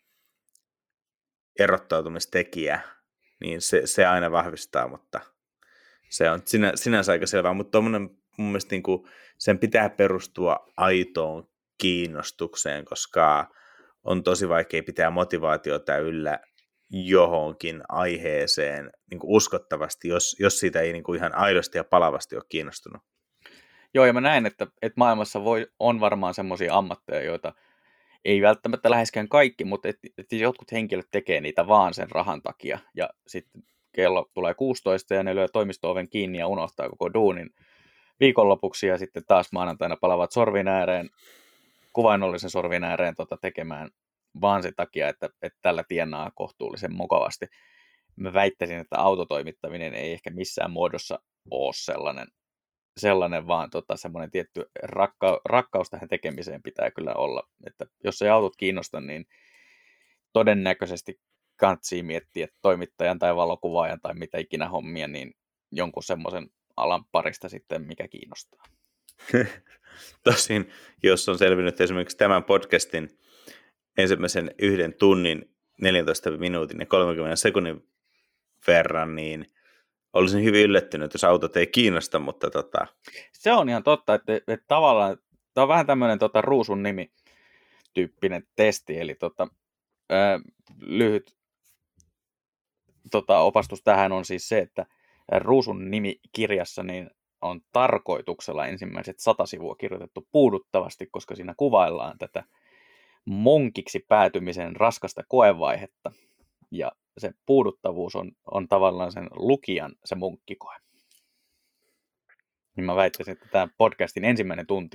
erottautumistekijä, niin se, se aina vahvistaa, mutta se on sinä, sinänsä aika selvää, mutta tuommoinen mun mielestä niin kuin, sen pitää perustua aitoon kiinnostukseen, koska on tosi vaikea pitää motivaatiota yllä johonkin aiheeseen niin kuin uskottavasti, jos, jos siitä ei niin kuin ihan aidosti ja palavasti ole kiinnostunut.
Joo, ja mä näen, että, että maailmassa voi, on varmaan semmoisia ammatteja, joita ei välttämättä läheskään kaikki, mutta että, että jotkut henkilöt tekee niitä vaan sen rahan takia, ja sitten kello tulee kuusitoista ja ne lyö toimisto-oven kiinni ja unohtaa koko duunin viikonlopuksi, ja sitten taas maanantaina palavat sorvin ääreen, kuvainnollisen sorvin ääreen tota, tekemään vaan sen takia, että, että tällä tienaa kohtuullisen mukavasti. Mä väittäisin, että autotoimittaminen ei ehkä missään muodossa ole sellainen, sellainen vaan tota, semmoinen tietty rakka, rakkaus tähän tekemiseen pitää kyllä olla. Että jos ei autot kiinnosta, niin todennäköisesti kantsii miettiä toimittajan tai valokuvaajan tai mitä ikinä hommia, niin jonkun semmoisen alan parista sitten, mikä kiinnostaa.
Tosin, jos on selvinnyt esimerkiksi tämän podcastin ensimmäisen yhden tunnin, neljäntoista minuutin ja kolmenkymmenen sekunnin verran, niin olisin hyvin yllättynyt, jos autot ei kiinnosta, mutta tota...
Se on ihan totta, että, että tavallaan tämä on vähän tämmöinen tota, ruusun nimi tyyppinen testi, eli tota, ää, lyhyt tota, opastus tähän on siis se, että ruusun nimi kirjassa niin on tarkoituksella ensimmäiset sata sivua kirjoitettu puuduttavasti, koska siinä kuvaillaan tätä monkiksi päätymisen raskasta koevaihetta. Ja se puuduttavuus on, on tavallaan sen lukijan se monkkikoe. niin mä väittäisin, että tämä podcastin ensimmäinen tunti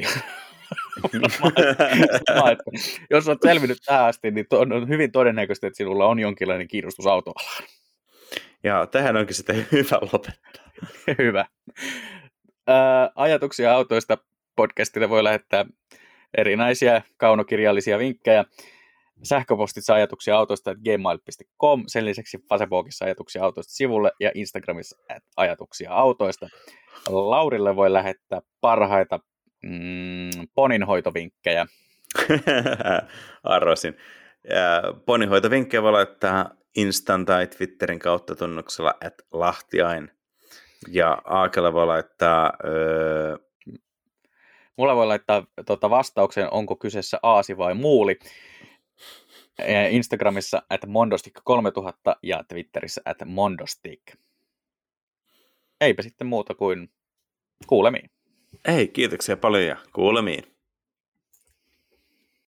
sama, että jos olet selvinnyt tähän asti, niin on hyvin todennäköistä, että sinulla on jonkinlainen kiinnostus autoalaan.
Ja tähän onkin sitten hyvä lopettaa.
Hyvä. Ää, ajatuksia autoista podcastille voi lähettää erinäisiä kaunokirjallisia vinkkejä. Sähköpostitse ajatuksia autoista at gmail piste com, sen lisäksi Facebookissa ajatuksia autoista sivulle ja Instagramissa ajatuksia autoista. Laurille voi lähettää parhaita mm, poninhoitovinkkejä.
Arvasin. Poninhoitovinkkejä voi laittaa Instan tai Twitterin kautta tunnuksella at lahtiain. Ja Aakelle voi laittaa... Öö...
Mulla voi laittaa tuota, vastauksen, onko kyseessä aasi vai muuli. Instagramissa at mondostik kolmetuhatta ja Twitterissä at mondostik. Eipä sitten muuta kuin kuulemiin.
Ei, kiitoksia paljon ja kuulemiin.